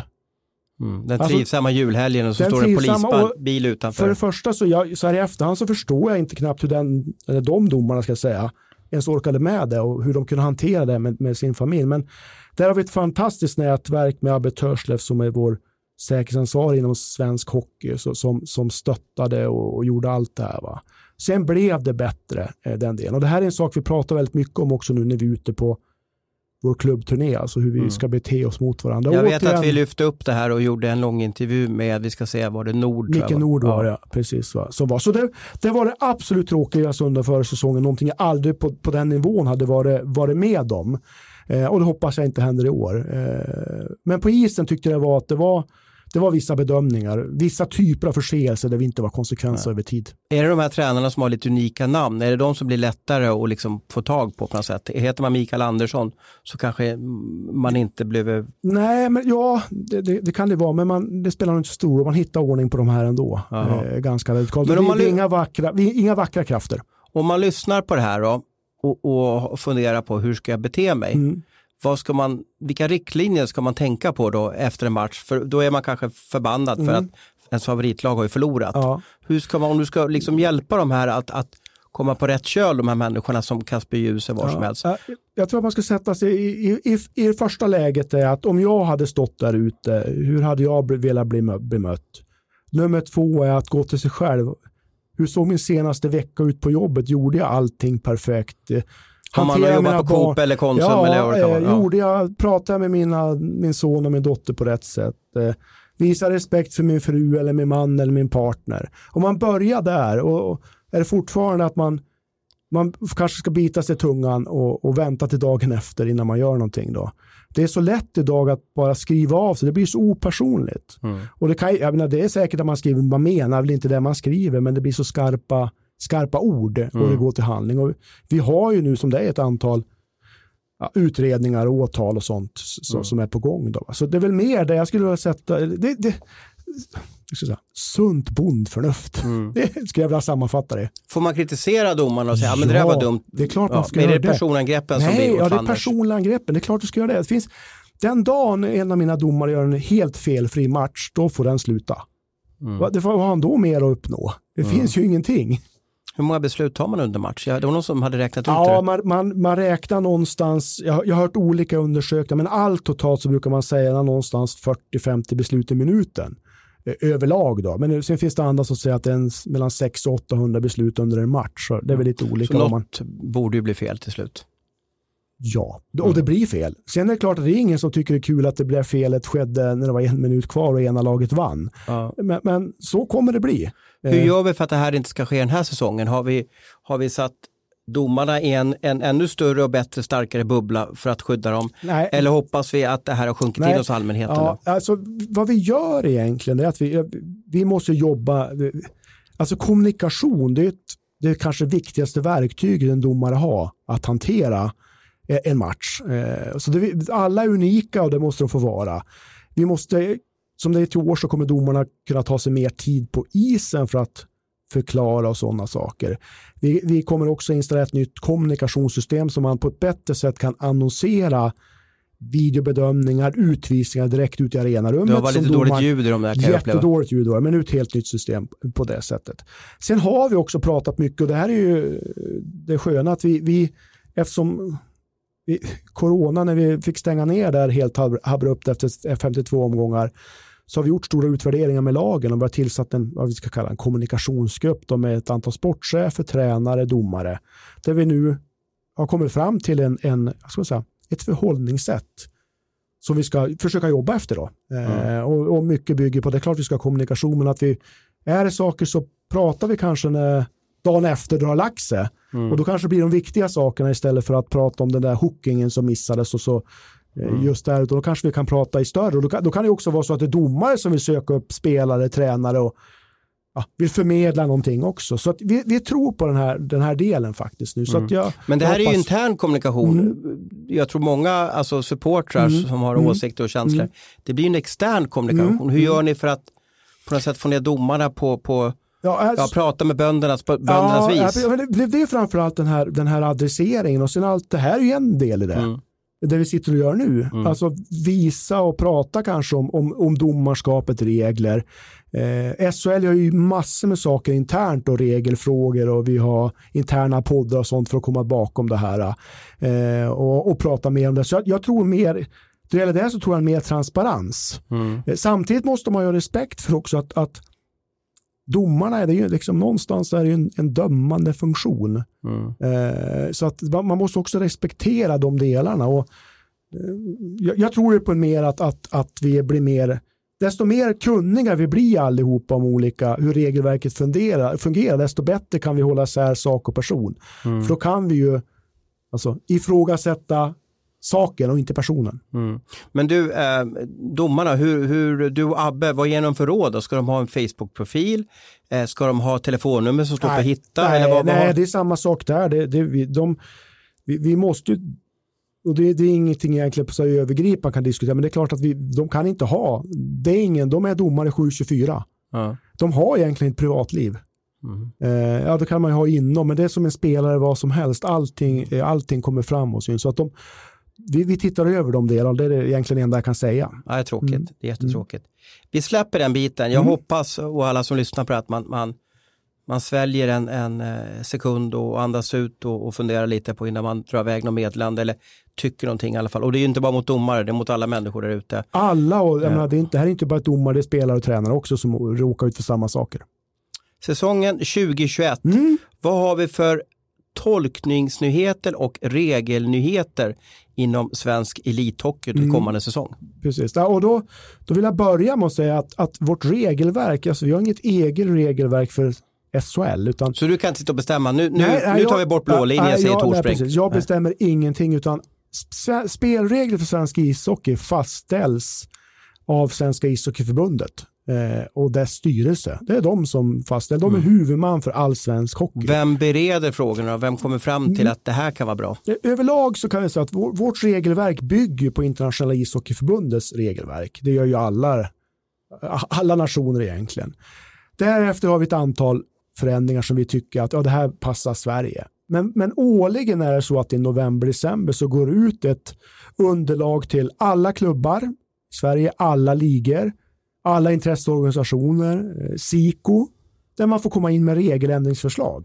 Mm, den trivsamma alltså, julhelgen och så står det en polisbil utanför. För det första så, jag, så här i efterhand så förstår jag inte knappt hur den, eller de domarna ska säga ens orkade med det och hur de kunde hantera det med, med sin familj. Men där har vi ett fantastiskt nätverk med Abbe Törslev som är vår säkerhetsansvarig inom svensk hockey så, som, som stöttade och, och gjorde allt det här. Va? Sen blev det bättre eh, den delen. Och det här är en sak vi pratar väldigt mycket om också nu när vi är ute på vår klubbturné, alltså hur vi mm. ska bete oss mot varandra. Jag vet återigen, att vi lyfte upp det här och gjorde en lång intervju med, vi ska säga, var det Nord? Micke Nord var det, ja. Precis. Va? Som var. Så det, det var det absolut tråkigaste under förra säsongen, någonting jag aldrig på, på den nivån hade varit, varit med om. Eh, och det hoppas jag inte händer i år. Eh, men på isen tyckte jag var att det var Det var vissa bedömningar, vissa typer av förseelser där vi inte var konsekvenser ja. över tid. Är det de här tränarna som har lite unika namn? Är det de som blir lättare att liksom få tag på på något sätt? Heter man Mikael Andersson så kanske man inte blev... Nej, men ja, det, det, det kan det vara. Men man, det spelar inte så stor roll. Man hittar ordning på de här ändå. Eh, ganska radikalt. Men man, det är inga vackra, vi, inga vackra krafter. Om man lyssnar på det här då och, och funderar på hur ska jag bete mig? Mm. Vad ska man, vilka riktlinjer ska man tänka på då efter en match? För då är man kanske förbannad mm. för att ens favoritlag har ju förlorat. Ja. Hur ska man, om du ska liksom hjälpa de här att, att komma på rätt köl, de här människorna som kan spy ljus var ja. som helst? Jag tror att man ska sätta sig i, i, i, i det första läget är att om jag hade stått där ute, hur hade jag velat bli bemött? Nummer två är att gå till sig själv. Hur såg min senaste vecka ut på jobbet? Gjorde jag allting perfekt? Om man har jobbat på Coop eller Konsum ja, eller vad det kan vara. Ja, gjorde jag, pratade med mina, min son och min dotter på rätt sätt. Eh, visa respekt för min fru eller min man eller min partner. Om man börjar där och, och är det fortfarande att man, man kanske ska bita sig i tungan och, och vänta till dagen efter innan man gör någonting då. Det är så lätt idag att bara skriva av sig. Det blir så opersonligt. Mm. Och det, kan, jag menar, det är säkert att man skriver, man menar väl inte det man skriver, men det blir så skarpa skarpa ord och mm. det går till handling. Och vi har ju nu som det är ett antal ja, utredningar och åtal och sånt så, mm. som är på gång. Då. Så det är väl mer det jag skulle vilja sätta, det, det, jag ska säga, sunt bondförnuft. Mm. Det skulle jag vilja sammanfatta det. Får man kritisera domarna och säga, ja, men det där var dumt? Det är klart man ska ja, göra det. Är det personangreppen Nej, som blir ja, det är personangreppen. Det är klart du ska göra det. Det finns, den dagen en av mina domare gör en helt felfri match, då får den sluta. Mm. Vad, det får han då mer att uppnå? Det mm. finns ju ingenting. Hur många beslut tar man under match? Ja, det var någon som hade räknat ut ja, det. Man, man, man räknar någonstans, jag, jag har hört olika undersökningar, men allt totalt så brukar man säga någonstans fyrtio till femtio beslut i minuten. Eh, överlag då. Men sen finns det andra som säger att det är en, mellan sexhundra och åttahundra beslut under en match. Så det är väl lite olika. Så något man... borde ju bli fel till slut. Ja, och mm. det blir fel. Sen är det klart att det är ingen som tycker det är kul att det blev felet skedde när det var en minut kvar och ena laget vann. Ja. Men, men så kommer det bli. Hur gör vi för att det här inte ska ske den här säsongen? Har vi, har vi satt domarna i en, en ännu större och bättre, starkare bubbla för att skydda dem? Nej. Eller hoppas vi att det här har sjunkit Nej. in hos allmänheten? Ja, alltså, vad vi gör egentligen är att vi, vi måste jobba... Alltså kommunikation, det är ett, det är kanske viktigaste verktyget en domare har att hantera en match. Så det, alla är unika och det måste de få vara. Vi måste, som det är till år så kommer domarna kunna ta sig mer tid på isen för att förklara och sådana saker. Vi, vi kommer också installera ett nytt kommunikationssystem som man på ett bättre sätt kan annonsera videobedömningar, utvisningar direkt ut i arenarummet. Det var lite dåligt ljud i de där, kan jag uppleva. Jättedåligt ljud, men ett helt nytt system på det sättet. Sen har vi också pratat mycket, och det här är ju det sköna att vi, vi eftersom vi, corona, när vi fick stänga ner där helt abrupt efter femtiotvå omgångar, så har vi gjort stora utvärderingar med lagen och vi har tillsatt en, vad vi ska kalla en kommunikationsgrupp då, med ett antal sportchefer, tränare, domare, där vi nu har kommit fram till en, en vad ska man säga, ett förhållningssätt som vi ska försöka jobba efter då. Mm. Eh, och, och mycket bygger på, det är klart vi ska ha kommunikation, men att vi, är det saker så pratar vi kanske när dagen efter det har lagt sig. Mm. Och då kanske blir de viktiga sakerna istället för att prata om den där hookingen som missades och så mm. just där. Och då kanske vi kan prata i större. Och då kan, då kan det också vara så att det är domare som vill söka upp spelare, tränare och ja, vill förmedla någonting också. Så att vi, vi tror på den här, den här delen faktiskt nu. Så mm. att jag, Men det här jag är ju intern kommunikation. Mm. Jag tror många alltså supportrar mm. som har mm. åsikter och känslor. Mm. Det blir en extern kommunikation. Mm. Hur gör ni för att på något sätt få ner domarna på, på ja, alltså, ja, prata med böndernas, på böndernas ja, vis? Ja, det, det är framförallt den här, den här adresseringen och sen allt det här är ju en del i det. Mm. Det vi sitter och gör nu. Mm. Alltså visa och prata kanske om, om, om domarskapet, regler. Eh, S H L har ju massor med saker internt och regelfrågor och vi har interna poddar och sånt för att komma bakom det här eh, och, och prata mer om det. Så jag, jag tror mer, det gäller det så tror jag mer transparens. Mm. Eh, samtidigt måste man ju ha respekt för också att, att domarna är det ju liksom någonstans är det ju en, en dömande funktion. Mm. Eh, så att man måste också respektera de delarna och eh, jag, jag tror ju på mer att, att, att vi blir mer, desto mer kunniga vi blir allihopa om olika hur regelverket fungerar, fungerar desto bättre kan vi hålla isär sak och person. Mm. För då kan vi ju alltså, ifrågasätta saken och inte personen. Mm. Men du, eh, domarna, hur, hur du och Abbe, vad ger de för råd då? Ska de ha en Facebook-profil? Eh, ska de ha telefonnummer som står på hitta? Nej, eller vad, nej vad? Det är samma sak där. Det, det, vi, de, vi, vi måste ju, och det, det är ingenting egentligen på så övergripande man kan diskutera, men det är klart att vi, de kan inte ha, det är ingen, de är domare sju tjugofyra. Ja. De har egentligen ett privatliv. Mm. Eh, ja, det kan man ju ha inom, men det är som en spelare vad som helst. Allting, allting kommer fram och syns. Så att de Vi, vi tittar över de delarna, det är det egentligen det enda jag kan säga. Ja, det är tråkigt, mm. det är jättetråkigt. Vi släpper den biten. Jag mm. hoppas, och alla som lyssnar på det, att man, man, man sväljer en, en sekund och andas ut och, och funderar lite på innan man drar iväg någon meddelande eller tycker någonting i alla fall. Och det är ju inte bara mot domare, det är mot alla människor där ute. Alla, och jag menar, det, är inte, det här är inte bara domare, det är spelare och tränare också som råkar ut för samma saker. Säsongen tjugo tjugoett, mm. vad har vi för tolkningsnyheter och regelnyheter inom svensk elithockey till kommande mm. säsong? Precis, ja, och då, då vill jag börja med att säga att, att vårt regelverk, alltså vi har inget eget regelverk för S H L. Utan, så du kan inte sitta och bestämma, nu, nu, nej, nej, nu tar vi bort blå linjen, nej, säger Torsbrink. Nej, jag bestämmer nej. ingenting, utan spelregler för svensk ishockey fastställs av Svenska ishockeyförbundet. Eh, och dess styrelse. Det är de som fastställer. De är mm. huvudman för all svensk hockey. Vem bereder frågorna? Vem kommer fram till att det här kan vara bra? Överlag så kan vi säga att vår, vårt regelverk bygger på internationella ishockeyförbundets regelverk. Det gör ju alla, alla nationer egentligen. Därefter har vi ett antal förändringar som vi tycker att ja, det här passar Sverige. Men, men årligen är det så att i november-december så går ut ett underlag till alla klubbar i Sverige, alla ligor, alla intresseorganisationer, eh, SIKO, där man får komma in med regeländringsförslag.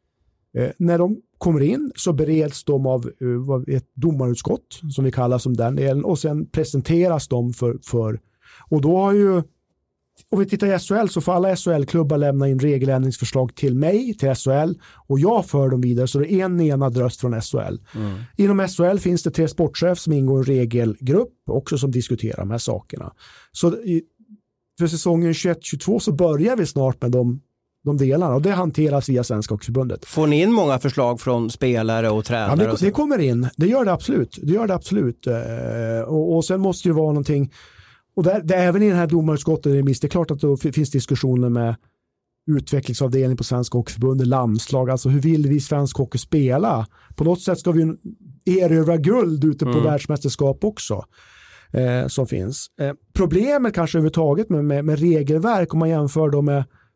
Eh, när de kommer in så bereds de av eh, ett domarutskott som vi kallar som den delen och sen presenteras de för, för och då har ju, om vi tittar i S H L så får alla S H L-klubbar lämna in regeländringsförslag till mig, till S H L, och jag för dem vidare, så det är en enad röst från S H L. Mm. Inom S H L finns det tre sportchefer som ingår i en regelgrupp också som diskuterar de här sakerna. Så i, för säsongen tjugoett tjugotvå så börjar vi snart med de, de delarna och det hanteras via Svenska Hockeyförbundet. Får ni in många förslag från spelare och tränare? Ja, det, och det kommer in, det gör det absolut. Det gör det absolut. Eh, och, och sen måste det vara någonting, och där, det, även i den här domarutskottet det är klart att det finns diskussioner med utvecklingsavdelning på Svenska Hockeyförbundet, landslag, alltså hur vill vi svensk hockey spela? På något sätt ska vi erövra guld ute på mm. världsmästerskap också. Eh, som finns. Eh, problemet kanske överhuvudtaget med, med, med regelverk om man jämför då med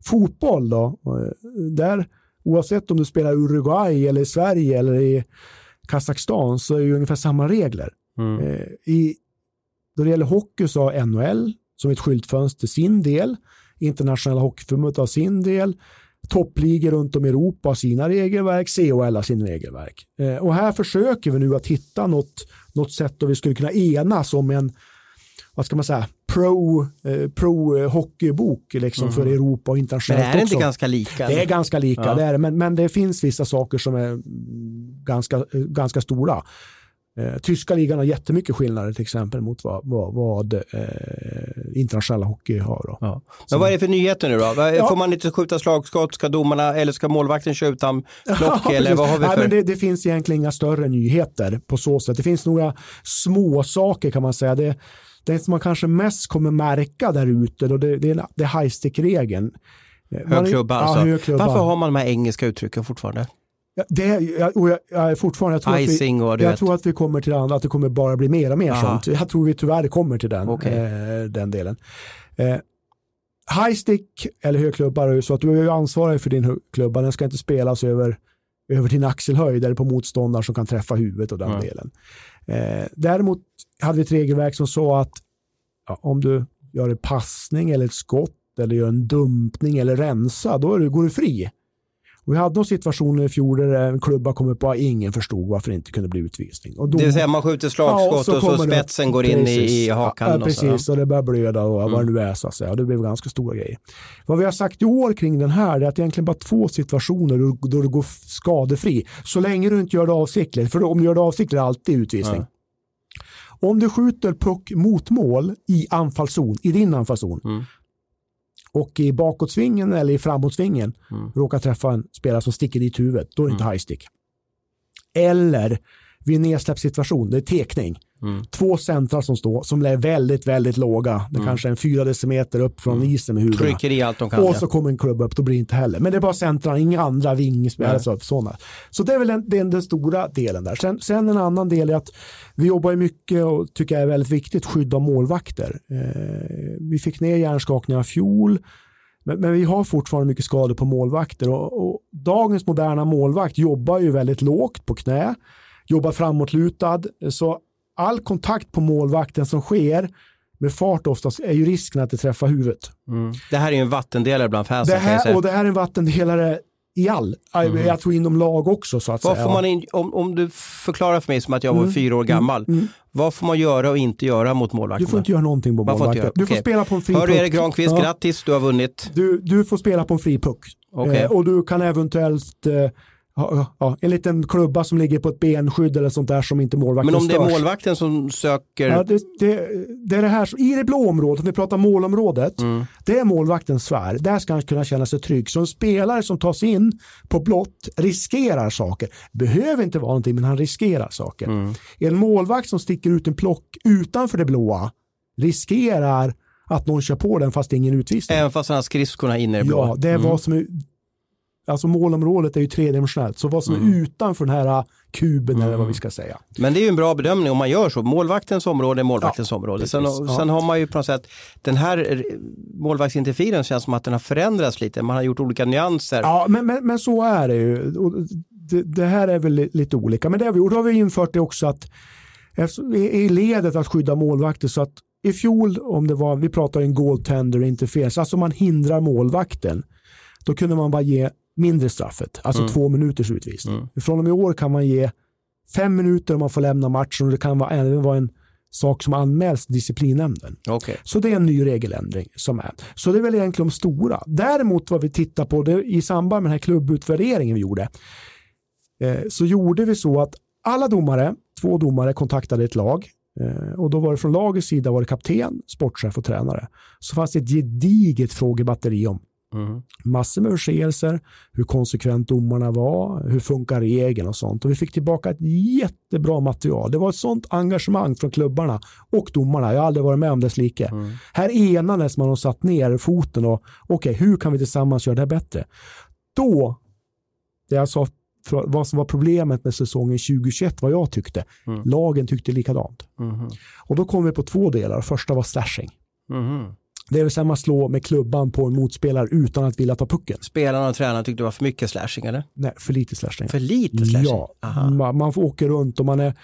Fotboll då, där oavsett om du spelar i Uruguay eller i Sverige eller i Kazakstan så är det ju ungefär samma regler. Mm. I, då det gäller hockey så har N H L som ett skyltfönster sin del, internationella hockeyförbundet har sin del, toppligor runt om i Europa har sina regelverk, C H L har sin regelverk. Och här försöker vi nu att hitta något, något sätt där vi skulle kunna enas om en, vad ska man säga, pro, eh, pro hockeybok liksom mm. för Europa och internationellt. Men är det också. Inte ganska lika? Det är ganska lika, ja. det är, men, men det finns vissa saker som är ganska, ganska stora. Eh, tyska ligan har jättemycket skillnader till exempel mot vad, vad, vad eh, internationella hockey har. Då. Ja. Men vad är det för nyheter nu då? Ja. Får man inte skjuta slagskott? Ska domarna eller ska målvakten köra utan plock? Ja, eller vad har vi för? Nej, men det, det finns egentligen inga större nyheter på så sätt. Det finns några små saker kan man säga. Det, det som man kanske mest kommer märka där ute då det, det är, det är high-stick-regeln. Högklubba alltså. Ja, högklubba. Varför har man de här engelska uttrycken fortfarande? Ja, det, jag, och jag, jag, fortfarande, jag, tror Icing att, vi, och jag tror att vi kommer till andra, att det kommer bara bli mer och mer Aha. sånt. Jag tror vi tyvärr kommer till den, okay. eh, den delen. Eh, high stick eller högklubbar är ju så att du är ju ansvarig för din klubba. Den ska inte spelas över, över din axelhöjd eller på motståndare som kan träffa huvudet och den mm. delen. Eh, däremot hade vi ett regelverk som sa att ja, om du gör en passning eller ett skott eller gör en dumpning eller rensa, då är du, går du fri. Och vi hade någon situationer i fjol där en klubba kom upp och ingen förstod varför det inte kunde bli utvisning. Och då, det vill säga man skjuter slagskott ja, och så, och så spetsen det, går in precis, i hakan. Ja, och precis, så. och det börjar blöda och mm. vad det nu är så att säga. Och det blev ganska stora grejer. Vad vi har sagt i år kring den här är att det är egentligen bara två situationer då, då du går skadefri. Så länge du inte gör det avsiktligt. För då, om du gör det avsiktligt är det alltid utvisning. Ja. Om du skjuter puck mot mål i anfallszon, i din anfallszon, mm. och i bakåtsvingen eller i framåtsvingen mm. råkar träffa en spelare som sticker dit huvudet, då är det mm. inte high stick. Eller vid en nedsläppssituation, det är tekning. Mm. Två centrar som står, som är väldigt, väldigt låga. Det mm. kanske är en fyra decimeter upp från mm. isen med huvudena. Trycker i allt de kan. Och så kommer en klubb upp, då blir det inte heller. Men det är bara centrar, inga andra vingspelare. Så, sådana. Så det är väl den, den, den stora delen där. Sen, sen en annan del är att vi jobbar mycket och tycker jag är väldigt viktigt, skydda målvakter. Eh, vi fick ner hjärnskakningar i fjol. Men, men vi har fortfarande mycket skador på målvakter. Och, och dagens moderna målvakt jobbar ju väldigt lågt på knä. Jobbar framåtlutad. Så all kontakt på målvakten som sker med fart oftast är ju risken att det träffar huvudet. Mm. Det här är ju en vattendelare bland fansen. Det här, och det här är en vattendelare i all. Mm. Jag tror inom lag också så att vad säga. Får man in, om, om du förklarar för mig som att jag var mm. fyra år gammal. Mm. Vad får man göra och inte göra mot målvakten? Du får inte göra någonting på målvakten. Du får okay. spela på en fri puck. Hör du Erik Granqvist, ja. Grattis, du har vunnit. Du, du får spela på en fri puck. Okay. Eh, och du kan eventuellt... Eh, Ja, ja, en liten klubba som ligger på ett benskydd eller sånt där som inte målvakten störs. Men om det är målvakten som söker... Ja, det, det, det är det här, i det blå området, om vi pratar målområdet, mm. det är målvaktens sfär. Där ska han kunna känna sig trygg. Så en spelare som tas in på blått riskerar saker. Behöver inte vara någonting, men han riskerar saker. Mm. En målvakt som sticker ut en plock utanför det blåa riskerar att någon kör på den fast det är ingen utvisning. Även fast han har skridskorna inne i det blåa. Ja, det är mm. vad som är... Alltså målområdet är ju tredimensionellt. Så vad som mm. är utanför den här kuben mm. eller vad vi ska säga. Men det är ju en bra bedömning om man gör så. Målvaktens område är målvaktens ja, område. Sen, ja. sen har man ju på något sätt, den här målvaktsinterferensen känns som att den har förändrats lite. Man har gjort olika nyanser. Ja, men, men, men så är det ju. Och det, det här är väl lite olika. Men det har vi, och då har vi infört det också att i ledet att skydda målvakter så att i fjol, om det var, vi pratar en goaltender interference, alltså man hindrar målvakten. Då kunde man bara ge mindre straffet, alltså mm. två minuters utvisning. Mm. Från och med i år kan man ge fem minuter om man får lämna matchen och det kan vara, även vara en sak som anmäls till disciplinnämnden. Okay. Så det är en ny regeländring som är. Så det är väl egentligen de stora. Däremot vad vi tittar på det, i samband med den här klubbutvärderingen vi gjorde, eh, så gjorde vi så att alla domare, två domare kontaktade ett lag eh, och då var det från lagets sida var det kapten, sportchef och tränare. Så fanns det ett gediget frågebatteri om Mm. massor med förseelser, hur konsekvent domarna var, hur funkar regeln och sånt. Och vi fick tillbaka ett jättebra material. Det var ett sånt engagemang från klubbarna och domarna. Jag har aldrig varit med om dess like. Mm. Här enades man och satt ner foten och okej, okay, hur kan vi tillsammans göra det bättre? Då, det jag sa, vad som var problemet med säsongen tjugohundratjugoett, vad jag tyckte, mm. lagen tyckte likadant. Mm. Och då kom vi på två delar. Första var slashing. Mm. Det vill säga man slår med klubban på en motspelare utan att vilja ta pucken. Spelarna och tränarna tyckte det var för mycket slashing, eller? Nej, för lite slashing. För lite slashing? Ja, man, man får åka runt och man är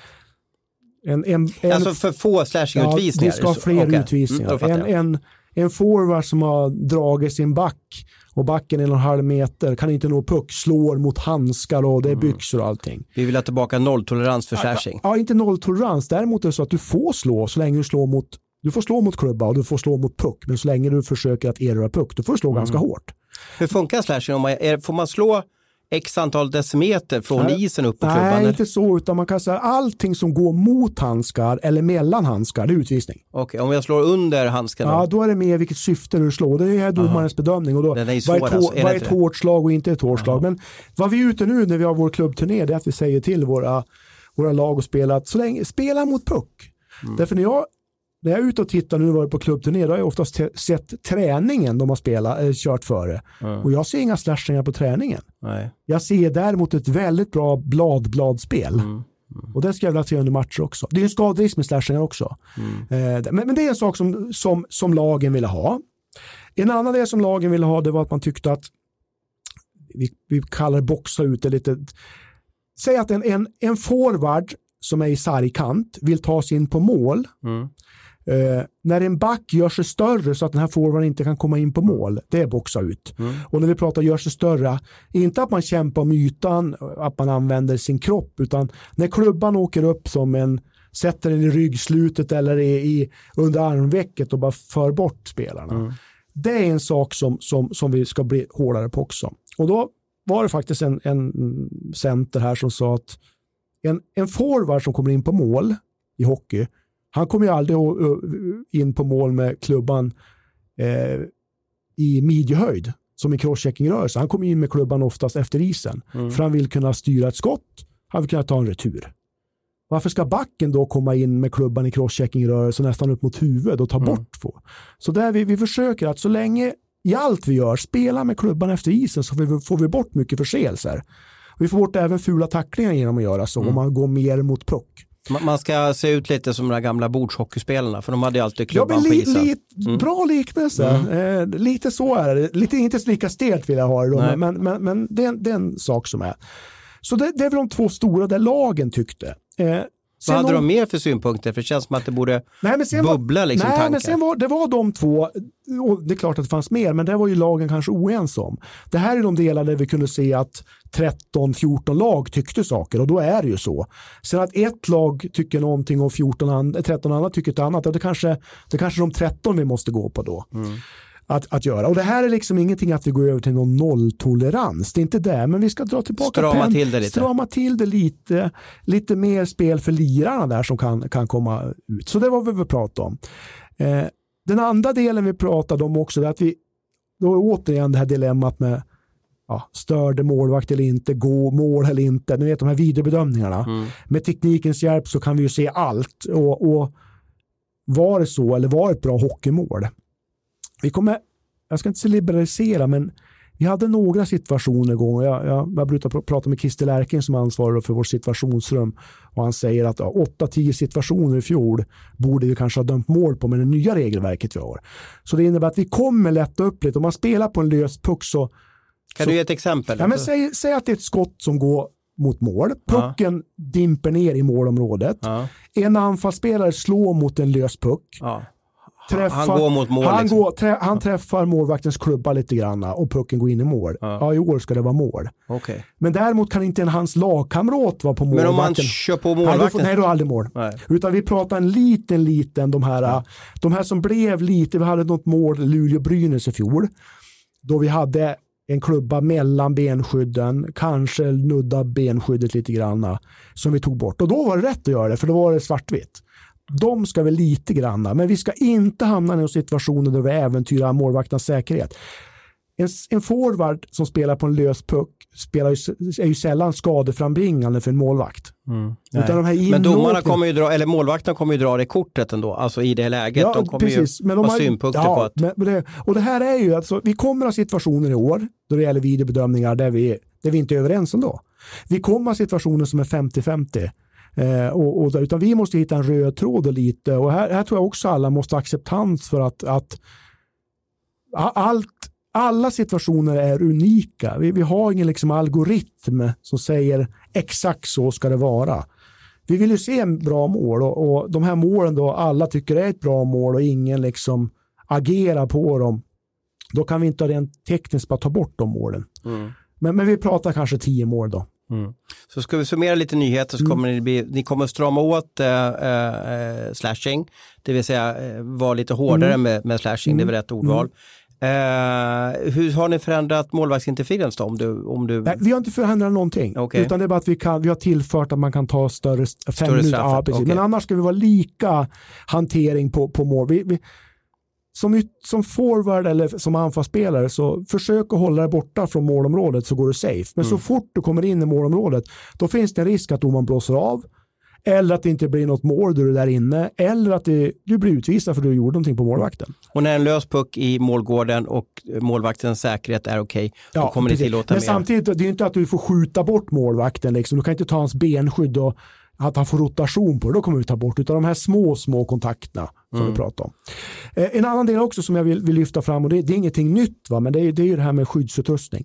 en, en, en, alltså för få slashing-utvisningar? Ja, vi ska ha fler okay. utvisningar. Mm, en, en, en forward som har dragit sin back och backen är en och en halv meter, kan inte nå puck, slår mot handskar och det är byxor och allting. Vi vill ha tillbaka nolltolerans för slashing. Ja, ja, inte nolltolerans. Däremot är det så att du får slå så länge du slår mot du får slå mot klubba och du får slå mot puck, men så länge du försöker att erövra puck, då får du slå mm. ganska hårt. Hur funkar slashing? Om man, är, får man slå x antal decimeter från nej, isen upp på klubban? Nej, eller? Inte så, utan man kan säga allting som går mot handskar eller mellan handskar, det är utvisning. Okej, okay, om jag slår under handskarna? Ja, då är det med vilket syfte du slår. Det är domarens Aha. bedömning. Och då, vad är ett, alltså, är vad är ett hårt slag och inte ett hårt slag? Men vad vi är ute nu när vi har vår klubbturné, det är att vi säger till våra, våra lag och spela att så länge, spela mot puck. Mm. Därför när jag När jag är ute och tittar nu var jag på klubbturné, då har jag oftast t- sett träningen de har spelat, äh, kört före. Mm. Och jag ser inga slashingar på träningen. Nej. Jag ser däremot ett väldigt bra blad-bladspel. Mm. Mm. Och det ska jag vilja se under matcher också. Det är en skaderisk med slashingar också. Mm. Eh, men, men det är en sak som, som, som lagen ville ha. En annan del som lagen ville ha, det var att man tyckte att vi, vi kallar det boxa ut det lite. Säg att en, en, en forward som är i sargkant vill ta sig in på mål. Mm. Uh, när en back gör sig större så att den här forwarden inte kan komma in på mål, det är boxa ut. Mm. Och när vi pratar gör sig större, inte att man kämpar om ytan, att man använder sin kropp, utan när klubban åker upp som en, sätter den i ryggslutet eller i, i under armvecket och bara för bort spelarna. Mm. Det är en sak som, som, som vi ska bli hårdare på också. Och då var det faktiskt en, en center här som sa att en, en forward som kommer in på mål i hockey, han kommer ju aldrig in på mål med klubban eh, i midjehöjd som i crosschecking-rörelse. Han kommer in med klubban oftast efter isen. Mm. För han vill kunna styra ett skott. Han vill kunna ta en retur. Varför ska backen då komma in med klubban i crosschecking-rörelse nästan upp mot huvudet och ta mm. bort två? Så där vi, vi försöker att så länge i allt vi gör spela med klubban efter isen så får vi, får vi bort mycket förseelser. Vi får bort även fula tacklingar genom att göra så. Mm. Om man går mer mot puck. Man ska se ut lite som de här gamla bordshockeysspelarna, för de hade ju alltid klubban ja, li, på isen. Li, mm. Bra liknelse. Mm. Eh, lite så är det. Lite, inte så lika stelt vill jag ha det då, men, men, men det, är en, det är en sak som är. Så det, det är väl de två stora där lagen tyckte. Eh, Vad hade de mer för synpunkter? För det känns som att det borde nej, men sen bubbla liksom nej, tankar. Men sen var, det var de två, och det är klart att det fanns mer, men det var ju lagen kanske oense om. Det här är de delar där vi kunde se att tretton fjorton lag tyckte saker, och då är det ju så. Sen att ett lag tycker någonting och fjorton, tretton andra tycker ett annat, det kanske, det kanske de tretton vi måste gå på då. Mm. Att, att göra. Och det här är liksom ingenting att vi går över till någon nolltolerans. Det är inte det, men vi ska dra tillbaka strama pen, till det lite. Strama till det lite. Lite mer spel för lirarna där som kan, kan komma ut. Så det var vad vi pratade om. Eh, den andra delen vi pratade om också är att vi, då återigen det här dilemmat med ja, störde målvakt eller inte, gå mål eller inte. Ni vet de här videobedömningarna. Mm. Med teknikens hjälp så kan vi ju se allt. Och, och var det så eller var det ett bra hockeymål? Vi kommer, jag ska inte säga liberalisera, men vi hade några situationer igång. Jag, jag, jag brukar pr- prata med Christer Lärken som ansvarar för vårt situationsrum, och han säger att ja, åtta tio situationer i fjol borde vi kanske ha dömt mål på med det nya regelverket vi har. Så det innebär att vi kommer lätta upp lite. Om man spelar på en lös puck så... Kan så, du ge ett exempel? Ja, men säg, säg att det är ett skott som går mot mål. Pucken ja. dimper ner i målområdet. Ja. En anfallsspelare slår mot en lös puck. Ja. Träffar, han går mot mål. Han, liksom. går, trä, han träffar målvaktens klubba lite grann och pucken går in i mål. Ja, ja i år ska det vara mål. Okay. Men däremot kan inte en hans lagkamrat vara på målvakten. Men om man kör på målvakten? Nej, då, nej, då är aldrig mål. Nej. Utan vi pratar en liten, liten, de här, ja. de här som blev lite, vi hade något mål Luleå-Brynäs i fjol. Då vi hade en klubba mellan benskydden, kanske nudda benskyddet lite grann, som vi tog bort. Och då var det rätt att göra det, för då var det svartvitt. De ska väl lite granna, men vi ska inte hamna i en situation där vi äventyrar målvaktens säkerhet. En, en forward som spelar på en lös puck spelar ju, är ju sällan skadeframbringande för en målvakt. Mm. Utan de här men domarna kommer ju dra, eller målvakten kommer ju dra det kortet ändå, alltså i det läget. Ja, de kommer precis. ju men de ha har, synpunkter ja, på att... Men, det, och det här är ju, alltså, vi kommer ha situationer i år då det gäller videobedömningar där vi, där vi inte är överens ändå. Vi kommer ha situationer som är femtio femtio. Eh, och, och, utan vi måste hitta en röd tråd och lite, och här, här tror jag också alla måste ha acceptans för att, att allt, alla situationer är unika. Vi, vi har ingen liksom algoritm som säger exakt så ska det vara. Vi vill ju se en bra mål och, och de här målen då alla tycker är ett bra mål och ingen liksom agerar på dem. Då kan vi inte rent tekniskt bara ta bort de målen. Mm. Men, men vi pratar kanske tio mål då. Mm. Så ska vi summera lite nyheter så Mm. kommer ni, bli, ni kommer strama åt äh, äh, slashing. Det vill säga äh, vara lite hårdare mm. med, med slashing, mm. det är väl rätt ordval. Mm. Uh, hur har ni förändrat målvaktsinterferens då? Om du, om du... Nej, vi har inte förändrat någonting. Okay. Utan det är bara att vi, kan, vi har tillfört att man kan ta större, fem större minuter. Ja, okay. Men annars ska vi vara lika hantering på, på mål. Vi, vi, som, som forward eller som anfallsspelare så försök att hålla dig borta från målområdet så går du safe. Men mm. så fort du kommer in i målområdet då finns det en risk att domaren blåser av. Eller att det inte blir något mål du är där inne. Eller att det, du blir utvisad för att du gjorde någonting på målvakten. Och när en lös puck i målgården och målvaktens säkerhet är okej, okay, då ja, kommer ni tillåta mer. Men mer. samtidigt, det är ju inte att du får skjuta bort målvakten. Liksom. Du kan inte ta hans benskydd och att han får rotation på det. Då kommer vi ta bort. Utan de här små, små kontakterna som mm. vi pratar om. Eh, en annan del också som jag vill, vill lyfta fram, och det, det är ingenting nytt, va? Men det är, det är ju det här med skyddsutrustning.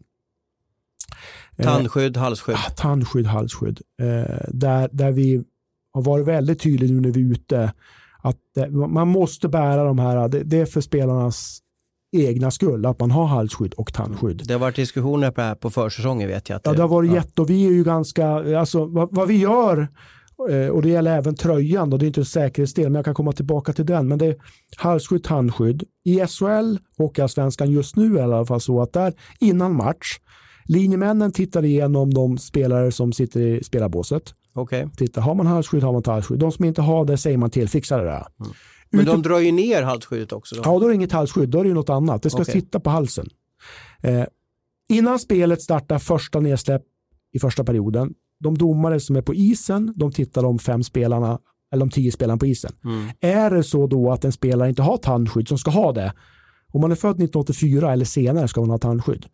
Tandskydd, halsskydd. Eh, tandskydd, halsskydd. Eh, där, där vi har varit väldigt tydligt nu när vi är ute att man måste bära de här, det, det är för spelarnas egna skull att man har halsskydd och tandskydd. Det har varit diskussioner på det här på försäsongen vet jag. Att det, ja, det har varit ja. jätte och vi är ju ganska, alltså vad, vad vi gör och det gäller även tröjan då, det är inte en säkerhetsdel men jag kan komma tillbaka till den, men det är halsskydd, tandskydd. I S H L och Allsvenskan just nu är det i alla fall så att där innan match linjemännen tittar igenom de spelare som sitter i spelarbåset. Okay. Titta, har man halsskydd har man halsskydd. De som inte har det säger man till, fixa det där. Mm. Men Ute... de drar ju ner halsskyddet också då? Ja, då är det inget halsskydd, då är det ju något annat. Det ska okay. sitta på halsen. Eh, innan spelet startar första nedsläpp i första perioden, de domare som är på isen, de tittar de fem spelarna, eller de tio spelarna på isen. Mm. Är det så då att en spelare inte har tandskydd som ska ha det, om man är född nittonhundraåttiofyra eller senare ska man ha tandskydd.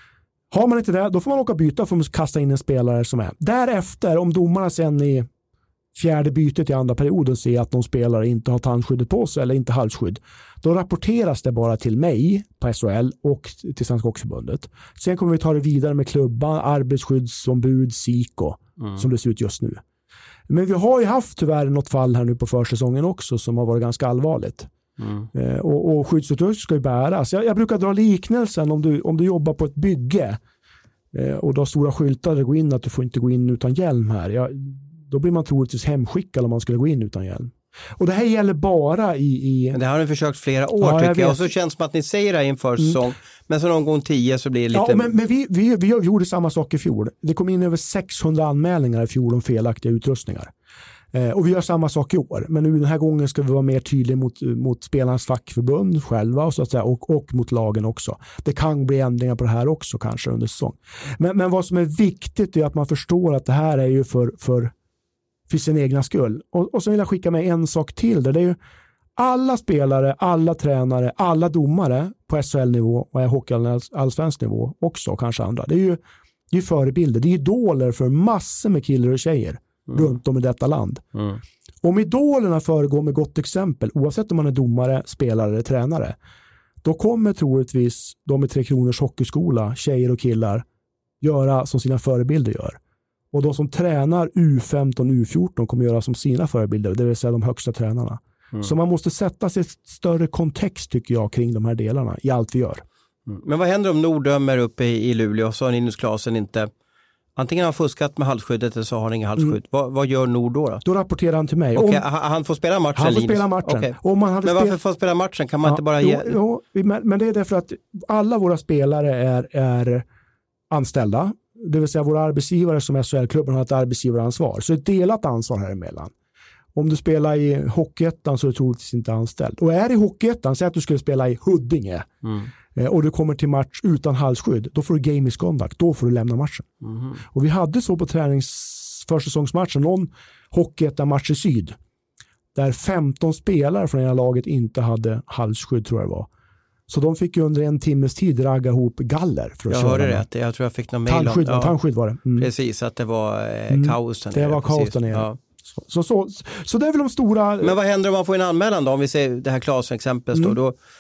Har man inte det, då får man åka byta för att kasta in en spelare som är. Därefter, om domarna sen i fjärde bytet i andra perioden ser att någon spelare inte har tandskyddet på sig eller inte halsskydd, då rapporteras det bara till mig på S H L och till Svenska Hockeyförbundet. Sen kommer vi ta det vidare med klubban, arbetsskyddsombud, S I K O, mm. som det ser ut just nu. Men vi har ju haft tyvärr något fall här nu på försäsongen också som har varit ganska allvarligt. Mm. Eh, och, och skyddsutrustning ska ju bäras. Jag, jag brukar dra liknelsen om du, om du jobbar på ett bygge eh, och du har stora skyltar där det går in att du får inte gå in utan hjälm här. Ja, då blir man troligtvis hemskickad om man skulle gå in utan hjälm. Och det här gäller bara i... i... Det har ni försökt flera år ja, tycker jag. jag. Och så känns det som att ni säger det inför säsong. Mm. Men så någon gång tio så blir det lite... Ja, men, men vi, vi, vi gjorde samma sak i fjol. Det kom in över sexhundra anmälningar i fjol om felaktiga utrustningar. Eh, och vi gör samma sak i år. Men nu den här gången ska vi vara mer tydliga mot, mot spelarnas fackförbund själva och, så att säga, och, och mot lagen också. Det kan bli ändringar på det här också kanske under säsong. Men, men vad som är viktigt är att man förstår att det här är ju för... för för sin egna skull. Och, och så vill jag skicka med en sak till. Det, det är ju alla spelare, alla tränare, alla domare på S H L-nivå och hockey-allsvensk nivå också, kanske andra. Det är ju, det är ju förebilder. Det är idoler för massor med killar och tjejer mm. runt om i detta land. Mm. Om idolerna föregår med gott exempel, oavsett om man är domare, spelare eller tränare, då kommer troligtvis de i Tre Kronors hockeyskola, tjejer och killar, göra som sina förebilder gör. Och de som tränar U femton, U fjorton kommer göra som sina förebilder, det vill säga de högsta tränarna. Mm. Så man måste sätta sig ett större kontext tycker jag kring de här delarna i allt vi gör. Mm. Men vad händer om Nord dömer uppe i, i Luleå så har Linus Klasen inte, antingen har han fuskat med halsskyddet eller så har han inga halsskydd. Mm. Va, vad gör Nord då, då? Då rapporterar han till mig. Okay, om, han får spela matchen? Han får Linus. spela matchen. Okay. Om man hade men varför spel... får han spela matchen? Kan man ja, inte bara ge... Jo, jo, men, men det är därför att alla våra spelare är, är anställda. Det vill säga våra arbetsgivare som S H L-klubben har ett arbetsgivaransvar. Så ett delat ansvar här emellan. Om du spelar i Hockeyettan så är du troligtvis inte anställd. Och är det i Hockeyettan, säg att du skulle spela i Huddinge mm. och du kommer till match utan halsskydd, då får du game misconduct, då får du lämna matchen. Mm. Och vi hade så på träningsförsäsongsmatchen någon Hockeyettan-match i syd där femton spelare från hela laget inte hade halsskydd tror jag det var. Så de fick ju under en timmes tid ragga ihop galler för att jag köra. Jag hörde det, jag tror jag fick någon mejl om ja, tandskydd var det. Mm. Precis, att det var eh, mm. kaos där nere. Det var kaos där nere. Ja. Så, så, så, så det är väl de stora... Men vad händer om man får en anmälan då? Om vi ser det här Klasen-exemplet mm. då, då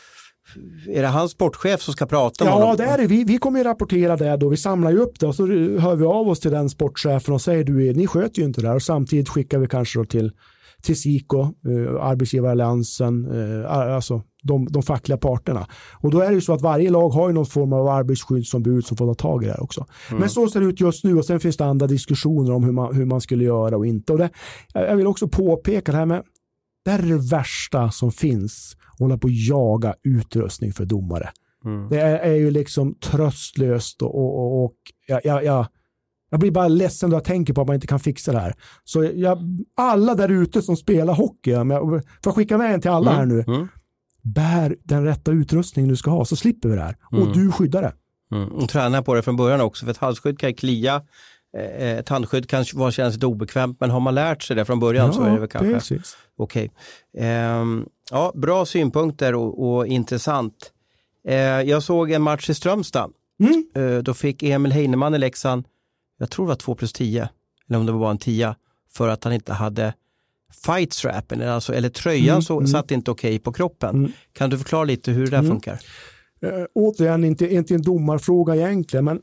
är det hans sportchef som ska prata med ja, honom? Ja, det är det. Vi, vi kommer ju rapportera det då. Vi samlar ju upp det och så hör vi av oss till den sportchefen och säger du, ni sköter ju inte det här. Och samtidigt skickar vi kanske då till, till SIKO, eh, Arbetsgivaralliansen, eh, alltså de, de fackliga parterna. Och då är det ju så att varje lag har ju någon form av arbetsskyddsombud som får ta tag i det här också. Mm. Men så ser det ut just nu och sen finns det andra diskussioner om hur man, hur man skulle göra och inte. Och det, jag vill också påpeka det här med, det här är det värsta som finns, hålla på att jaga utrustning för domare. Mm. Det är, är ju liksom tröstlöst och, och, och jag, jag, jag, jag blir bara ledsen då jag tänker på att man inte kan fixa det här. Så jag, alla där ute som spelar hockey, jag, får jag skicka med en till alla mm. här nu. Mm. Bär den rätta utrustningen du ska ha så slipper vi det här. Mm. Och du skyddar det. Mm. Och träna på det från början också, för ett halsskydd kan klia. Ett handskydd kan vara känns lite obekvämt, men har man lärt sig det från början ja, så är det väl kanske precis. Okej. Um, ja, bra synpunkter och, och intressant. Uh, jag såg en match i Strömstad. Mm. Uh, då fick Emil Heinemann i Leksand, jag tror det var två plus tio, eller om det var bara en tia, för att han inte hade fightstrappen, alltså, eller tröjan mm. så mm. satt inte okej okay på kroppen. Mm. Kan du förklara lite hur det där mm. funkar? Uh, återigen, inte, inte en domarfråga egentligen, men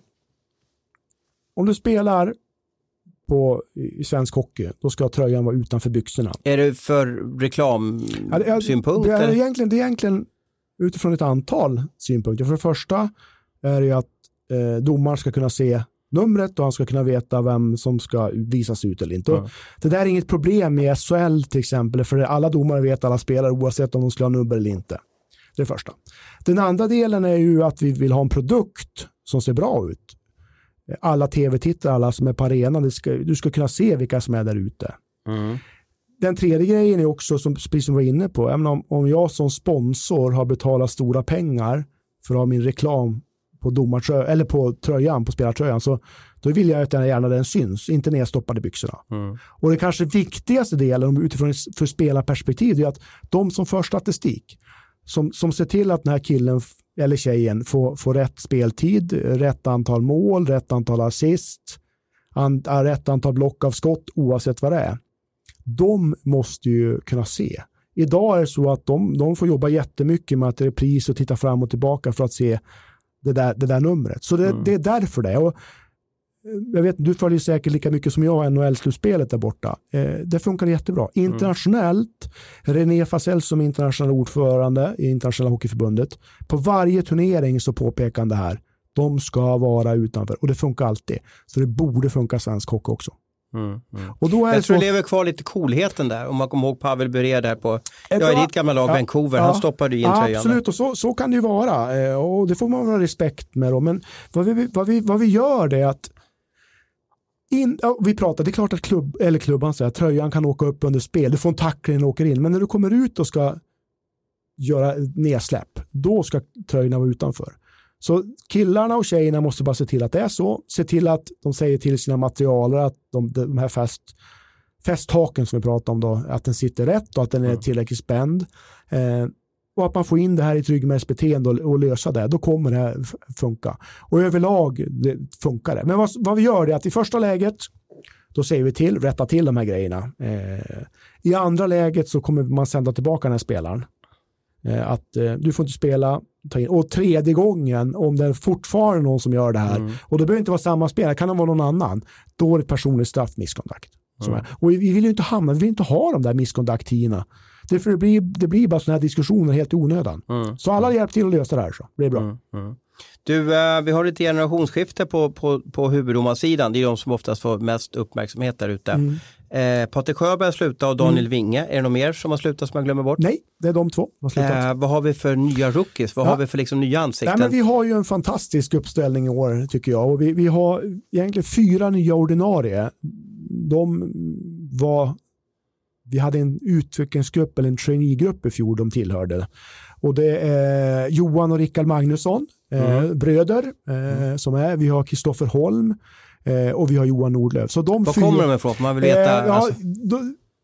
om du spelar på i svensk hockey, då ska tröjan vara utanför byxorna. Är det för reklamsynpunkter? Ja, det, är, det, är egentligen, det är egentligen utifrån ett antal synpunkter. För det första är det att eh, domaren ska kunna se numret och han ska kunna veta vem som ska visas ut eller inte. Mm. Det där är inget problem i S H L till exempel, för alla domare vet alla spelare oavsett om de ska ha nummer eller inte. Det är det första. Den andra delen är ju att vi vill ha en produkt som ser bra ut. Alla tv-tittare, alla som är på arenan, ska, du ska kunna se vilka som är där ute. Mm. Den tredje grejen är också, som precis som vi var inne på, även om, om jag som sponsor har betalat stora pengar för att ha min reklam på domartröjan, eller på tröjan, på spelartröjan, så då vill jag att den gärna den syns, inte när jag stoppade byxorna. Mm. Och det kanske viktigaste delen utifrån för spelarperspektiv är att de som för statistik, som, som ser till att den här killen eller tjejen får, får rätt speltid, rätt antal mål, rätt antal assist, an, rätt antal block av skott oavsett vad det är. De måste ju kunna se. Idag är det så att de, de får jobba jättemycket med att repris och titta fram och tillbaka för att se det där, det där numret. Så det, mm. det är därför det. Och jag vet, du följer säkert lika mycket som jag N H L-slutspelet där borta. Eh, det funkar jättebra. Internationellt, mm. René Fasell som internationell ordförande i Internationella Hockeyförbundet, på varje turnering så påpekar han det här. De ska vara utanför. Och det funkar alltid. Så det borde funka svensk hockey också. Mm, mm. Och då är jag det tror så... det lever kvar lite coolheten där. Om man kommer ihåg Pavel Bure där på ja, i ditt gamla lag ja, Vancouver. Han ja, stoppade ju in tröjan. Absolut, och så, så kan det ju vara. Och det får man ha respekt med. Då. Men vad vi, vad, vi, vad vi gör det är att In, ja, vi pratar, det är klart att klubb, eller klubban säger att tröjan kan åka upp under spel, du får en tackling och åker in, men när du kommer ut och ska göra nedsläpp, då ska tröjorna vara utanför. Så killarna och tjejerna måste bara se till att det är så, se till att de säger till sina materialer att de, de här fäst, fästhaken som vi pratar om då, att den sitter rätt och att den är tillräckligt spänd. Eh, och att man får in det här i tryggmärksbeteende och, och lösa det, då kommer det här funka. Och överlag det funkar det. Men vad, vad vi gör är att i första läget då säger vi till, rätta till de här grejerna. Eh, I andra läget så kommer man sända tillbaka den här spelaren. Eh, att eh, du får inte spela, ta in. Och tredje gången, om det är fortfarande någon som gör det här, mm. och det behöver inte vara samma spelare, kan det vara någon annan, då är det ett personligt straffmisskontakt. Mm. Och vi vill ju inte hamna, vi vill inte ha de där misskontakt-tiderna. Det, det, blir, det blir bara sådana här diskussioner helt i onödan. Mm. Så alla hjälper till att lösa det här, så det är bra. Mm. Mm. Du, eh, vi har ett generationsskifte på, på, på huvuddomarsidan. Det är de som oftast får mest uppmärksamhet där ute. Mm. Eh, Patrik Sjöberg har slutat och Daniel mm. Winge. Är det någon mer som har slutat som jag glömmer bort? Nej, det är de två som har slutat. Eh, vad har vi för nya rookies? Vad ja. har vi för liksom nya ansikten? Nej, men vi har ju en fantastisk uppställning i år tycker jag. Och vi, vi har egentligen fyra nya ordinarie. De var... Vi hade en utvecklingsgrupp eller en traineegrupp i fjol de tillhörde. Och det är Johan och Rickard Magnusson, mm. eh, bröder eh, mm. som är. Vi har Kristoffer Holm eh, och vi har Johan Nordlöf. Så de Var fyra, kommer de ifrån? Man vill veta. Eh, ja, alltså. då,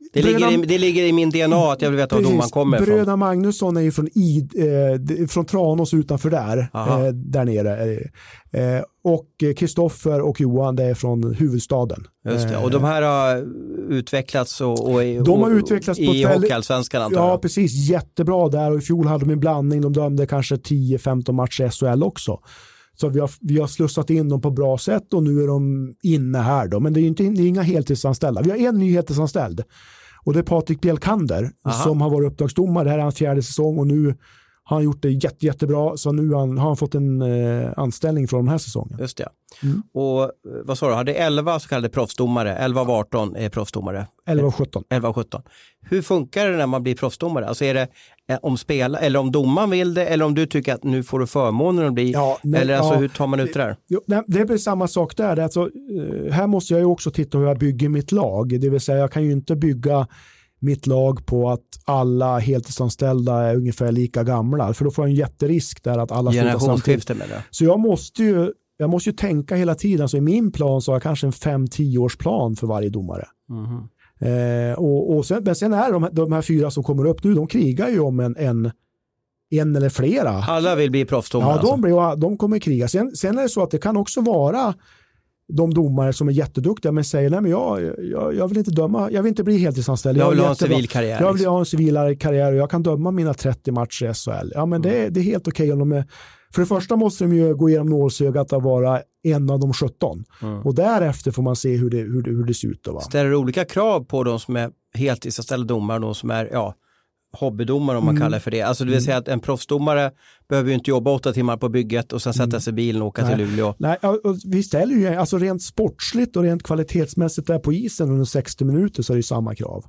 Det, Bröderna, ligger i, det ligger i min D N A att jag vill veta var domaren kommer ifrån. Bröderna Magnusson är ju från, Id, eh, från Tranås utanför där, eh, där nere. Eh, och Kristoffer och Johan, det är från huvudstaden. Just det. Och de här har utvecklats och, och, de har utvecklats och, på i Hockeyallsvenskan antar jag. Ja, precis. Jättebra där, och i fjol hade de en blandning. De dömde kanske tio femton matcher i S H L också. Så vi har, vi har slussat in dem på bra sätt och nu är de inne här då. Men det är ju inte, det är inga heltidsanställda. Vi har en ny heltidsanställd och det är Patrik Bjelkander som har varit uppdragsdomare. Det här är hans fjärde säsong och nu har han gjort det jätte, jättebra. Så nu har han, har han fått en eh, anställning från den här säsongen. Just det. Mm. Och vad sa du? Hade elva så kallade proffsdomare. elva av arton är proffsdomare. elva av sjutton. elva av sjutton. Hur funkar det när man blir proffsdomare? Alltså är det om spela eller om domaren vill det eller om du tycker att nu får du förmånen att bli ja, nej, eller alltså ja, hur tar man ut det där? Jo, nej, det blir samma sak där. Det är alltså, här måste jag ju också titta hur jag bygger mitt lag. Det vill säga jag kan ju inte bygga mitt lag på att alla heltidsanställda är ungefär lika gamla. För då får jag en jätterisk där att alla generationsskifte med det. Så jag måste ju jag måste ju tänka hela tiden. Så i min plan så har jag kanske en fem till tio års plan för varje domare. Mm. Eh, och, och sen, men sen är de, de här fyra som kommer upp nu, de krigar ju om en, en, en eller flera. Alla vill bli proffsdomare. Ja, alltså. de, blir, de kommer kriga. Sen, sen är det så att det kan också vara de domare som är jätteduktiga men säger nej men jag, jag, jag vill inte döma, jag vill inte bli heltidsanställd. Jag jag vill ha en civil karriär. Jag vill ha en civil karriär och jag kan döma mina trettio matcher i S H L. Ja men mm. det, det är helt okej om de är. För det första måste de ju gå igenom nålsögat att vara en av de sjutton. Mm. Och därefter får man se hur det, hur det, hur det ser ut. Då, va? Ställer olika krav på de som är heltidsanställda domare och de som är ja, hobbydomare om man mm. kallar det för det. Alltså det vill mm. säga att en proffsdomare behöver ju inte jobba åtta timmar på bygget och sen sätta sig i bilen och åka Nej. till Luleå. Nej, och vi ställer ju alltså rent sportsligt och rent kvalitetsmässigt där på isen under sextio minuter så är det ju samma krav.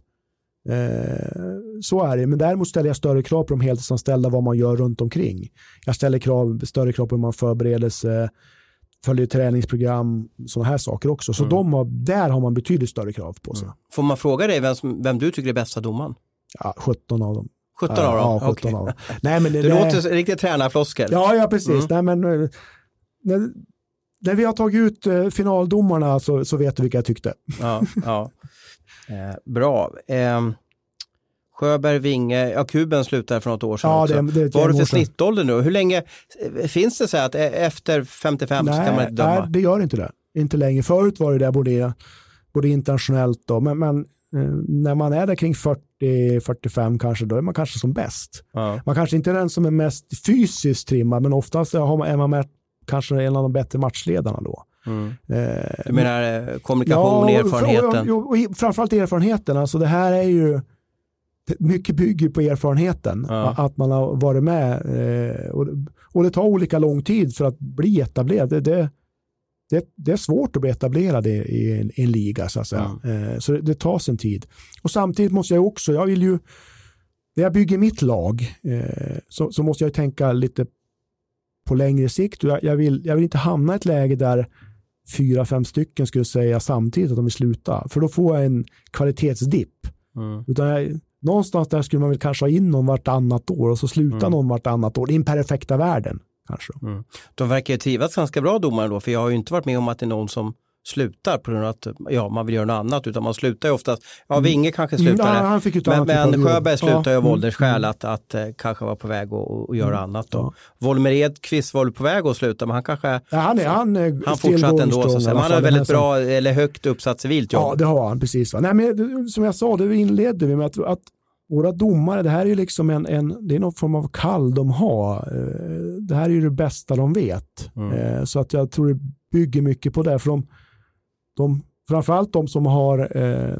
Eh, så är det, men däremot ställer jag större krav på de heltidsanställda vad man gör runt omkring. Jag ställer krav, större krav på hur man förbereder sig, följer träningsprogram, sådana här saker också. Så mm. de har, där har man betydligt större krav på sig. Mm. Får man fråga dig vem, vem du tycker är bästa domaren? Ja, sjutton av dem. sjutton av dem? Ja, sjutton av dem. Nej, men det, det låter riktigt tränarfloskel. Ja, ja precis. Mm. Nej, men när, när vi har tagit ut uh, finaldomarna så, så vet du vilka jag tyckte. Ja, ja. Eh, bra. Eh, Sjöberg, Vinge, ja kuben slutar för något år sedan ja, också. Det, det, det Vad har du för snittålder nu? Hur länge finns det så att efter femtiofem nej, så kan man inte döma? Nej, det gör inte det. Inte länge. Förut var det där både, både internationellt då, men, men eh, när man är där kring fyrtio fyrtiofem kanske, då är man kanske som bäst. Ja. Man kanske inte är den som är mest fysiskt trimmad, men oftast har man, är man med, kanske en av de bättre matchledarna då. Mm. Eh, du menar kommunikation, ja, erfarenheten? Och, och, och framförallt erfarenheten. Alltså det här är ju mycket bygger på erfarenheten. Ja. Att man har varit med. Eh, och, och det tar olika lång tid för att bli etablerad. Det, det, det, det är svårt att bli etablerad i, i, en, i en liga så att säga. Ja. Eh, så det, det tar sin tid. Och samtidigt måste jag också, jag vill ju, när jag bygger mitt lag eh, så, så måste jag tänka lite på längre sikt. Jag, jag, vill, jag vill inte hamna i ett läge där fyra, fem stycken skulle säga samtidigt att de vill sluta. För då får jag en kvalitetsdipp. Mm. Utan jag, någonstans där skulle man väl kanske ha in någon vartannat år och så sluta mm. någon vartannat år. Det är den perfekta världen kanske. Mm. De verkar ju trivas ganska bra domare då, för jag har ju inte varit med om att det är någon som slutar på grund av att ja, man vill göra något annat, utan man slutar ju oftast, ja Vinge kanske slutar mm. ja, han fick men, men Sjöberg slutar ju ja. av åldersskäl att, att, att kanske vara på väg att, att göra mm. annat då. Ja. Volmer Edqvist var på väg att sluta, men han kanske ja, han, är, han, är han fortsatte ändå så, så man har väldigt bra som... eller högt uppsatt civilt jobb. Ja, det har han precis. Va? Nej, men, som jag sa, det inledde vi med att, att våra domare, det här är ju liksom en, en det är någon form av kall de har. Det här är ju det bästa de vet. Mm. Så att jag tror det bygger mycket på det. För de, de, framförallt de som har eh,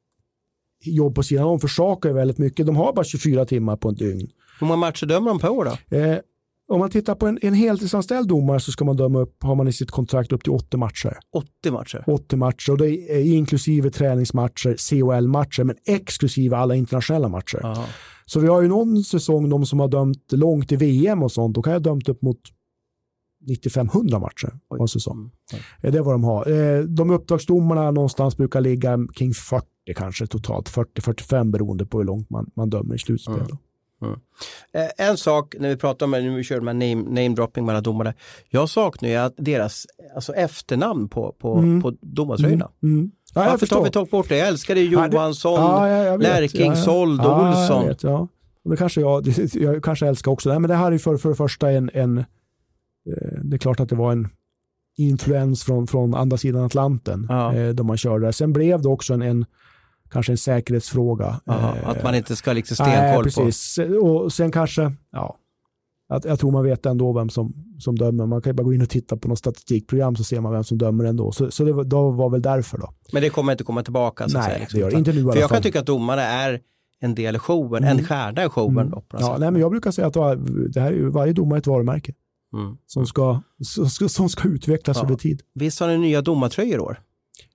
jobb på sidan, de försakar väldigt mycket. De har bara tjugofyra timmar på en dygn. Hur många matcher dömer de på år då? Eh, om man tittar på en, en heltidsanställd domare så ska man döma upp, har man i sitt kontrakt upp till åttio matcher. åttio matcher? åttio matcher och det är inklusive träningsmatcher, C H L-matcher, men exklusive alla internationella matcher. Aha. Så vi har ju någon säsong de som har dömt långt i V M och sånt, då kan jag dömt upp mot nittiofem hundra matcher på en säsong. Mm. Det är vad de har. De uppdragsdomarna någonstans brukar ligga kring fyrtio kanske totalt, fyrtio till fyrtiofem beroende på hur långt man, man dömer i slutspel. Mm. Mm. En sak när vi pratar om, nu vi kör med name, name dropping mellan domare, jag saknar ju att deras alltså efternamn på, på, mm. på domartröjorna. Mm. Mm. Ja, varför tar vi tagit bort det? Jag älskar det Johansson, ja, ja, Lärking, Sold, ja, Olsson. Jag vet, ja. Det kanske jag, det, jag kanske älskar också. Nej, men det här är för, för det första en, en... Det är klart att det var en influens från, från andra sidan Atlanten ja. eh, då man körde det. Sen blev det också en, en kanske en säkerhetsfråga. Aha, eh, att man inte ska liksom stenkoll på. Precis. Och sen kanske, ja, att, jag tror man vet ändå vem som, som dömer. Man kan ju bara gå in och titta på något statistikprogram så ser man vem som dömer ändå. Så, så det var, då var väl därför då. Men det kommer inte komma tillbaka? Så nej, säga, liksom. Det gör inte nu i alla fall. För jag kan tycka att domarna är en del i showen, mm. en stjärna i showen. Mm. Då, ja, nej, men jag brukar säga att det här är ju varje domare ett varumärke. Mm. Som, ska, som, som ska utvecklas ja. över tid. Visst har ni nya domartröjor i år?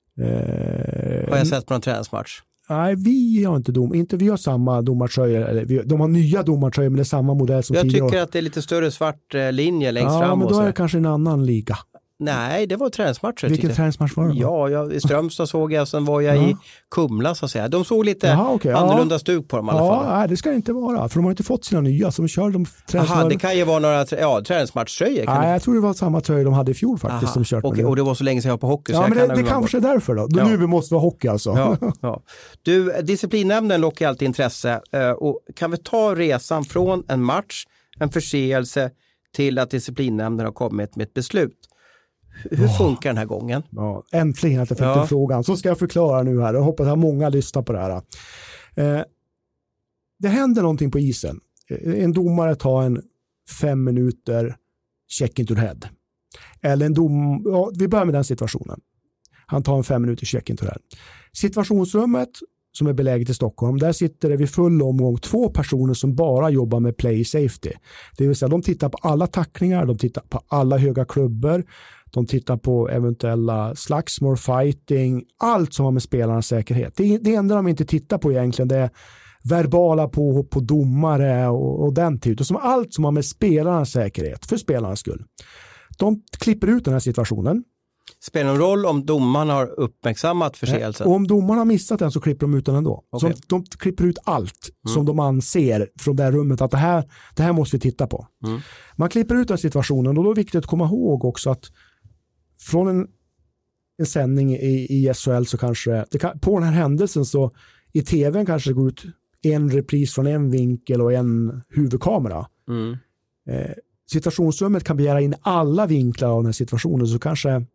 Eh, har jag sett på en träningsmatch? Nej, vi har inte dom, inte vi har samma domartröjor, eller vi, de har nya domartröjor men det är samma modell som jag tidigare. Jag tycker att det är lite större svart linje längst ja, fram. Ja, men då är det så. kanske en annan liga. Nej, det var träningsmatcher. Vilken träningsmatch var det? Ja, jag, i Strömstad såg jag, sen var jag ja. i Kumla så att säga. De såg lite Jaha, okay. annorlunda ja. stuk på dem i alla fall. Ja, nej, det ska det inte vara, för de har inte fått sina nya, så de kör de Jaha, det kan ju vara några ja, träningsmatchtröjor. Nej, jag tror det var samma tröjor de hade i fjol faktiskt. Aha, som kört okay. Och det var så länge sedan jag var på hockey. Ja, så men jag det, kan det kanske är därför då. Ja. Nu måste vi ha hockey alltså. Ja, ja. Du, disciplinnämnden lockar alltid intresse. Och kan vi ta resan från en match, en förseelse till att disciplinnämnden har kommit med ett beslut? Hur oh. funkar den här gången? Ja, äntligen att jag fick ja. den frågan. Så ska jag förklara nu här. Jag hoppas att många lyssnar på det här. Eh, det händer någonting på isen. En domare tar en fem minuter check into the head. Eller en dom... Ja, vi börjar med den situationen. Han tar en fem minuter check into the head. Situationsrummet som är beläget i Stockholm, där sitter det vid full omgång två personer som bara jobbar med play safety. Det vill säga de tittar på alla tacklingar, de tittar på alla höga klubbor, de tittar på eventuella slagsmål, fighting, allt som har med spelarnas säkerhet. Det, det enda de inte tittar på egentligen det är verbala på, på domare och, och den typen. Som allt som har med spelarnas säkerhet, för spelarnas skull. De klipper ut den här situationen. Spelar någon roll om domaren har uppmärksammat förseelsen? Och om domaren har missat den så klipper de ut den ändå. Okay. Så de klipper ut allt mm. som de anser från det här rummet att det här, det här måste vi titta på. Mm. Man klipper ut den situationen och då är det viktigt att komma ihåg också att från en, en sändning i, i S H L så kanske det kan, på den här händelsen så i tvn kanske det går ut en repris från en vinkel och en huvudkamera. Mm. Eh, situationsrummet kan begära in alla vinklar av den här situationen så kanske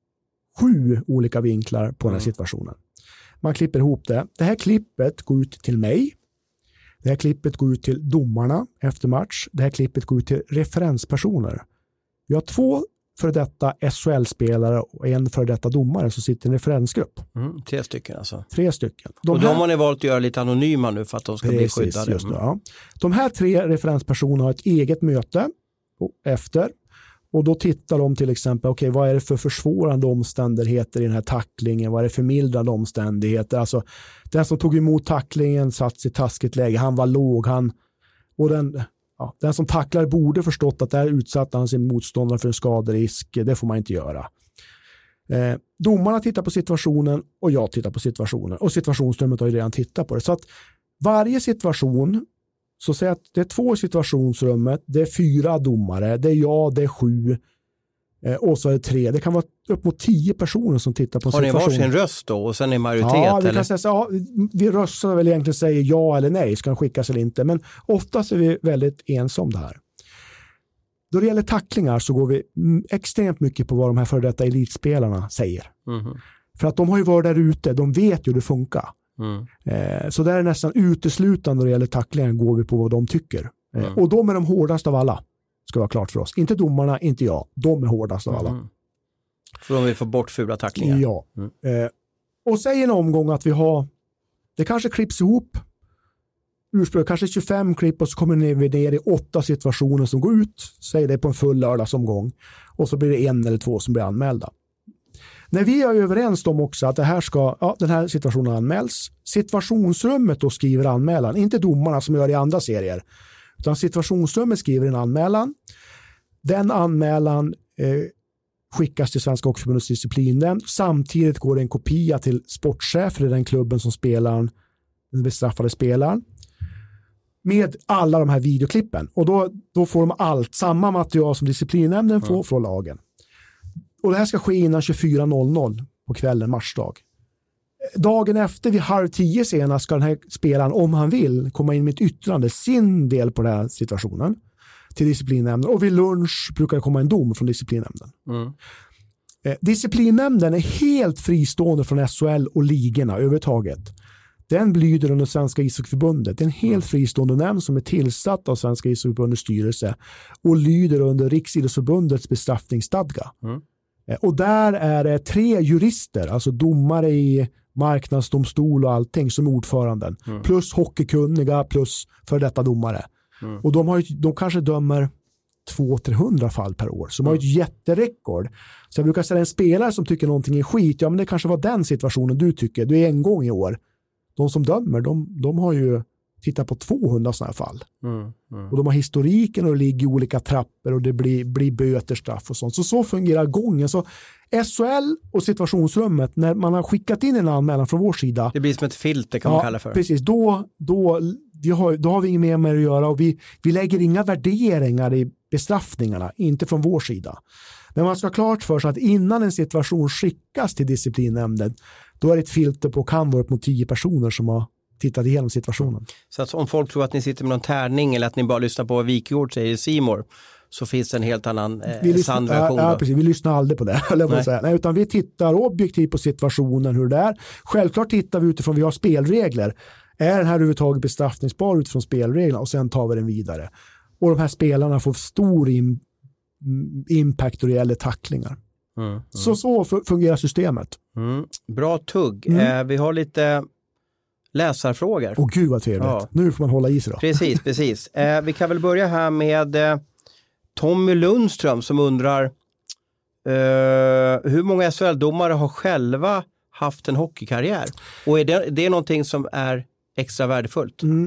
sju olika vinklar på mm. den här situationen. Man klipper ihop det. Det här klippet går ut till mig. Det här klippet går ut till domarna efter match. Det här klippet går ut till referenspersoner. Vi har två för detta S H L-spelare och en för detta domare som sitter i en referensgrupp. Mm, tre stycken alltså. Tre stycken. De och de här... har ni valt att göra lite anonyma nu för att de ska Precis, bli skyddade. Just det, ja. De här tre referenspersonerna har ett eget möte efter. Och då tittar de till exempel, okej, okay, vad är det för försvårande omständigheter i den här tacklingen? Vad är det för mildrande omständigheter? Alltså, den som tog emot tacklingen satt i taskigt läge. Han var låg. Han, och den, ja, den som tacklar borde förstått att där utsatte han sin motståndare för en skaderisk. Det får man inte göra. Eh, domarna tittar på situationen och jag tittar på situationen. Och situationsrummet har ju redan tittat på det. Så att varje situation... Så säg att det är två i situationsrummet, det är fyra domare, det är jag, det är sju eh, och så är det tre. Det kan vara upp mot tio personer som tittar på situationen. Har ni varsin röst då och sen är majoritet? Ja, vi eller? kan säga så, ja, vi röstar väl egentligen säger ja eller nej, ska den skickas eller inte. Men oftast är vi väldigt ensamma om det här. Då det gäller tacklingar så går vi extremt mycket på vad de här före detta elitspelarna säger. Mm. För att de har ju varit där ute, de vet ju hur det funkar. Mm. Eh, så där är nästan uteslutande när det gäller tacklingar går vi på vad de tycker. Eh, mm. Och de är de hårdaste av alla. Ska vara klart för oss. Inte domarna, inte jag. De är hårdast av alla. Mm. För de vill få bort fula tacklingar. Ja. Mm. Eh, och säg en omgång att vi har det kanske klipps ihop ursprung, kanske tjugofem klipp och så kommer vi ner i åtta situationer som går ut. Säg det på en full lördagsomgång. Och så blir det en eller två som blir anmälda. När vi är överens om också att det här ska, ja, den här situationen anmäls, situationsrummet då skriver anmälan, inte domarna som gör i andra serier, utan situationsrummet skriver en anmälan. Den anmälan eh, skickas till Svenska Hockeyförbundets disciplinnämnd. Samtidigt går det en kopia till sportchef för den klubben som spelaren, den bestraffade spelaren, med alla de här videoklippen. Och då, då får de allt, samma material som disciplinnämnden får mm. från lagen. Och det här ska ske innan tjugofyra noll noll på kvällen, matchdag. dagen efter vid halv tio senast ska den här spelaren, om han vill, komma in med ett yttrande, sin del på den här situationen till disciplinnämnden. Och vid lunch brukar det komma en dom från disciplinnämnden. Mm. Eh, disciplinnämnden är helt fristående från S H L och ligorna överhuvudtaget. Den lyder under Svenska ishockeyförbundet. Det är en helt fristående nämnd som är tillsatt av Svenska ishockeyförbundets styrelse och lyder under Riksidrottsförbundets bestraffningsstadga. Mm. Och där är det tre jurister, alltså domare i marknadsdomstol och allting som är ordföranden. Mm. Plus hockeykunniga, plus för detta domare. Mm. Och de, har ju, de kanske dömer två till trehundra fall per år. Så de har ju ett jätterekord. Så jag brukar säga en spelare som tycker någonting är skit, ja men det kanske var den situationen du tycker. Du är en gång i år. De som dömer, de, de har ju tittat på tvåhundra sådana här fall. Mm, mm. Och de har historiken och det ligger i olika trappor och det blir, blir böterstraff och sånt. Så så fungerar gången. Så S H L och situationsrummet, när man har skickat in en anmälan från vår sida. Det blir som ett filter kan man ja, kalla för. Precis, då, då, har, då har vi inget mer med att göra och vi, vi lägger inga värderingar i bestraffningarna, inte från vår sida. Men man ska ha klart för sig att innan en situation skickas till disciplinnämnden, då är det ett filter på kan vara upp mot tio personer som har tittat igenom situationen. Så att om folk tror att ni sitter med någon tärning eller att ni bara lyssnar på vad Wikegård säger i C More, så finns det en helt annan eh, sann version. Ja, ja, precis. Vi lyssnar aldrig på det. Nej. Säga. Nej, utan vi tittar objektivt på situationen, hur det är. Självklart tittar vi utifrån, vi har spelregler. Är den här överhuvudtaget bestraffningsbar utifrån spelreglerna och sen tar vi den vidare. Och de här spelarna får stor in, impact då det gäller tacklingar. Mm, mm. Så så fungerar systemet. Mm. Bra tugg. Mm. Eh, vi har lite läsarfrågor. Åh gud vad trevligt. Ja. Nu får man hålla i sig då. Precis, precis. Eh, vi kan väl börja här med eh, Tommy Lundström som undrar eh, hur många S H L-domare har själva haft en hockeykarriär? Och är det, det är någonting som är extra värdefullt? Mm.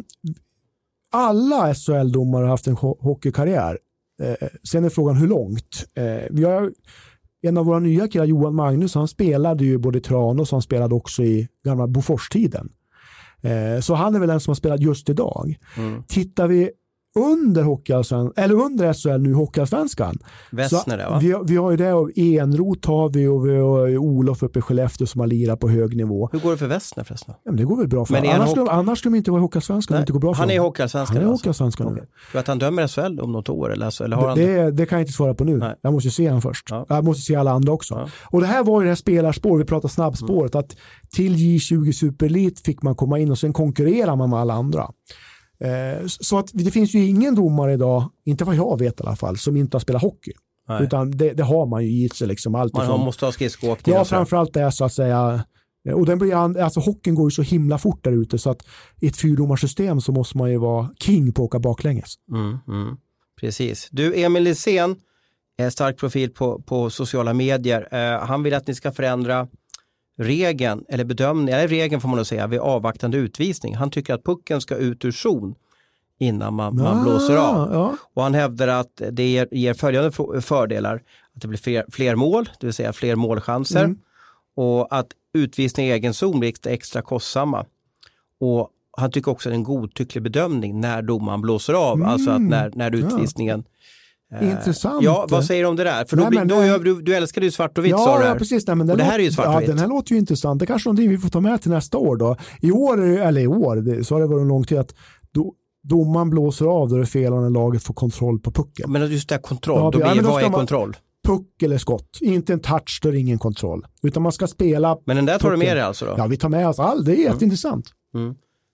Alla S H L-domare har haft en ho- hockeykarriär. Eh, sen är frågan hur långt. Eh, vi har en av våra nya killar, Johan Magnus, han spelade ju både i Tranås och han spelade också i gamla Bofors-tiden. Eh, så han är väl den som har spelat just idag. Mm. Tittar vi under hockeyallsvenskan, eller under S H L nu hockeyallsvenskan. Västner det, va? Vi, vi har ju det, och Enroth har vi och vi har Olof uppe i Skellefteå som har lirat på hög nivå. Hur går det för Västner förresten? Ja, men det går väl bra för men annars, hockey... annars skulle de inte vara i hockeyallsvenskan. Inte gå bra för han är i hockeyallsvenskan. Han är i hockeyallsvenskan alltså. Nu. För att han dömer S H L om något år eller, eller har det, han... det, det kan jag inte svara på nu. Nej. Jag måste se han först. Ja. Jag måste se alla andra också. Ja. Och det här var ju det här spelarspår, vi pratar snabbspåret, mm. att till J tjugo Superelit fick man komma in och sen konkurrera man med alla andra. Eh, så att det finns ju ingen domare idag, inte vad jag vet i alla fall, som inte har spelat hockey. Nej. Utan det, det har man ju i sig liksom. Allt man ifrån, måste ha skridskoåkning. Ja, framförallt det så att säga. Och den blir, alltså hockeyn går ju så himla fort där ute så att i ett fyrdomarsystem så måste man ju vara king på att åka baklänges. Mm, mm. Precis. Du, Emil Lisén är stark profil på, på sociala medier. Uh, han vill att ni ska förändra regeln, eller bedömning, eller regeln får man nog säga, vid avvaktande utvisning. Han tycker att pucken ska ut ur zon innan man, ja, man blåser av. Ja. Och han hävdar att det ger, ger följande fördelar. Att det blir fler, fler mål, det vill säga fler målchanser. Mm. Och att utvisning i egen zon blir extra, extra kostsamma. Och han tycker också att det är en godtycklig bedömning när domaren blåser av. Mm. Alltså att när, när utvisningen... Ja. Intressant. Ja, vad säger du om det där? För nej, då, då, det... du, du älskar ju svart och vitt, ja, sa du här. Ja, precis. Nej, men och det här är ju svart och ja, vitt. Den här låter ju intressant. Det kanske är någonting vi får ta med till nästa år då. I år, eller i år, det, så har det varit en lång tid att do, domaren blåser av då det är fel när laget får kontroll på pucken. Men just det här kontroll, ja, då blir, ja, då vad är kontroll? Puck eller skott. Inte en touch, då är ingen kontroll. Utan man ska spela. Men den där tar pucken. Du med dig alltså då? Ja, vi tar med oss all. Det är mm. jätteintressant. Mm.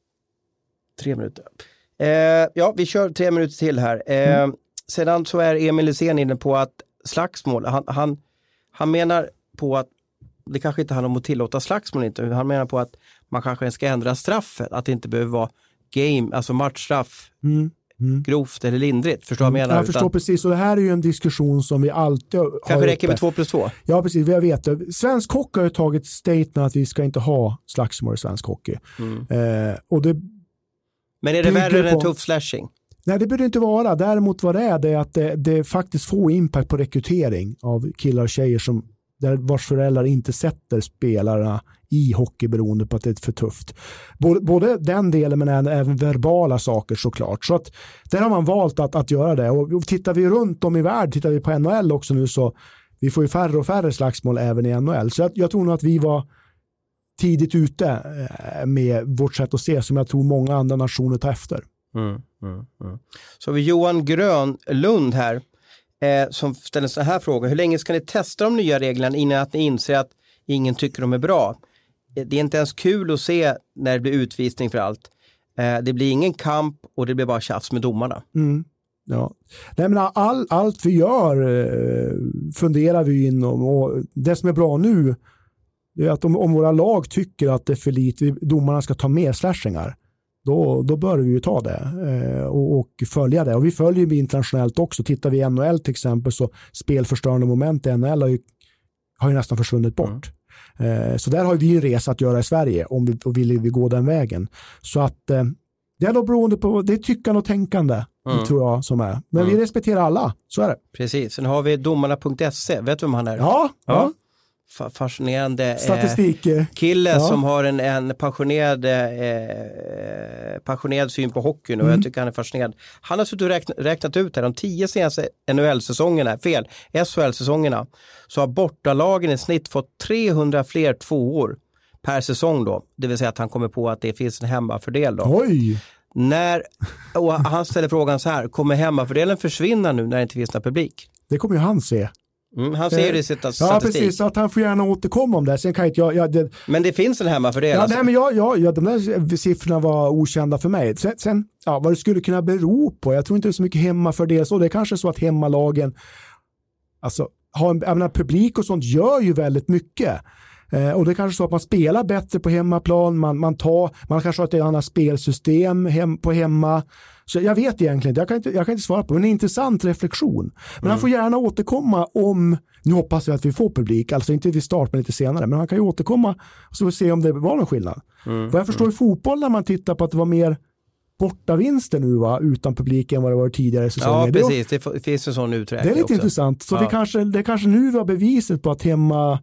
Tre minuter. Eh, ja, vi kör tre minuter till här. Eh, mm. Sedan så är Emil Lisén inne på att slagsmål, han, han, han menar på att det kanske inte handlar om att tillåta slagsmål inte, han menar på att man kanske ska ändra straffet, att det inte behöver vara game, alltså matchstraff, mm. Mm. grovt eller lindrigt, förstår mm. jag menar? Jag förstår utan... precis, och det här är ju en diskussion som vi alltid har kanske räcker med två plus två? Ja, precis, jag vet det. Svensk hockey har ju tagit statement att vi ska inte ha slagsmål i svensk hockey. Mm. Eh, och det Men är det värre än en tuff slashing? Nej, det borde inte vara. Däremot vad det är, det är att det, det faktiskt får impact på rekrytering av killar och tjejer som, där vars föräldrar inte sätter spelarna i hockey beroende på att det är för tufft. Både, både den delen men även verbala saker såklart. Så att där har man valt att, att göra det. Och tittar vi runt om i världen, tittar vi på N H L också nu, så vi får ju färre och färre slagsmål även i N H L. Så jag, jag tror nog att vi var tidigt ute eh, med vårt sätt att se som jag tror många andra nationer tar efter. Mm, mm, mm. Så har vi Johan Grönlund här eh, som ställer så här fråga. Hur länge ska ni testa de nya reglerna innan att ni inser att ingen tycker de är bra? Det är inte ens kul att se när det blir utvisning för allt. Eh, det blir ingen kamp och det blir bara tjafs med domarna. Mm. Ja. Nej, men all, allt vi gör eh, funderar vi inom, och det som är bra nu är att om, om våra lag tycker att det är för lite, domarna ska ta mer slashingar, då, då bör vi ju ta det eh, och, och följa det. Och vi följer vi internationellt också. Tittar vi i N H L till exempel, så spelförstörande moment i N H L har ju, har ju nästan försvunnit bort. Mm. Eh, så där har vi en resa att göra i Sverige om vi och vill vi gå den vägen. Så att eh, det är då beroende på, det är tyckande och tänkande. Mm. tror jag som är. Men mm. vi respekterar alla, så är det. Precis, sen har vi domarna punkt se. Vet du vem han är? Ja. ja. ja. Fascinerande statistik. Eh, kille ja. som har en, en passionerad, eh, passionerad syn på hockeyn och mm. jag tycker han är fascinerad. Han har suttit och räknat, räknat ut här de tio senaste N H L-säsongerna, fel, S H L-säsongerna, så har bortalagen i snitt fått trehundra fler tvåor per säsong då. Det vill säga att han kommer på att det finns en hemmafördel då. Oj! När, och han ställer frågan så här, kommer hemmafördelen försvinna nu när det inte finns någon publik? Det kommer ju han se. Mm, han ser det i sitt statistik. Ja, precis. Så att han får gärna återkomma om det. Sen kan inte jag, jag det... Men det finns en hemmafördel. Ja, alltså. nej, men jag, jag, jag, de där siffrorna var okända för mig. Sen, sen ja, vad det skulle kunna bero på. Jag tror inte det är så mycket hemmafördel. Så det är kanske så att hemmalagen, alltså, har en, jag menar, publik och sånt gör ju väldigt mycket. Eh, och det är kanske så att man spelar bättre på hemmaplan, man, man, tar, man kanske har ett annat spelsystem hem, på hemma. Så jag vet egentligen, jag kan inte, jag kan inte svara på, men det är en intressant reflektion. Men mm. han får gärna återkomma om, nu hoppas jag att vi får publik, alltså inte vid start men lite senare, men han kan ju återkomma och så får vi se om det var någon skillnad. Mm. För jag förstår i fotboll när man tittar på att det var mer bortavinster nu va, utan publiken än vad det var tidigare säsonger. Ja, precis. Det, det finns en sån uträkning. Det är lite också. Intressant. Så ja. det, kanske, det kanske nu var beviset på att hemma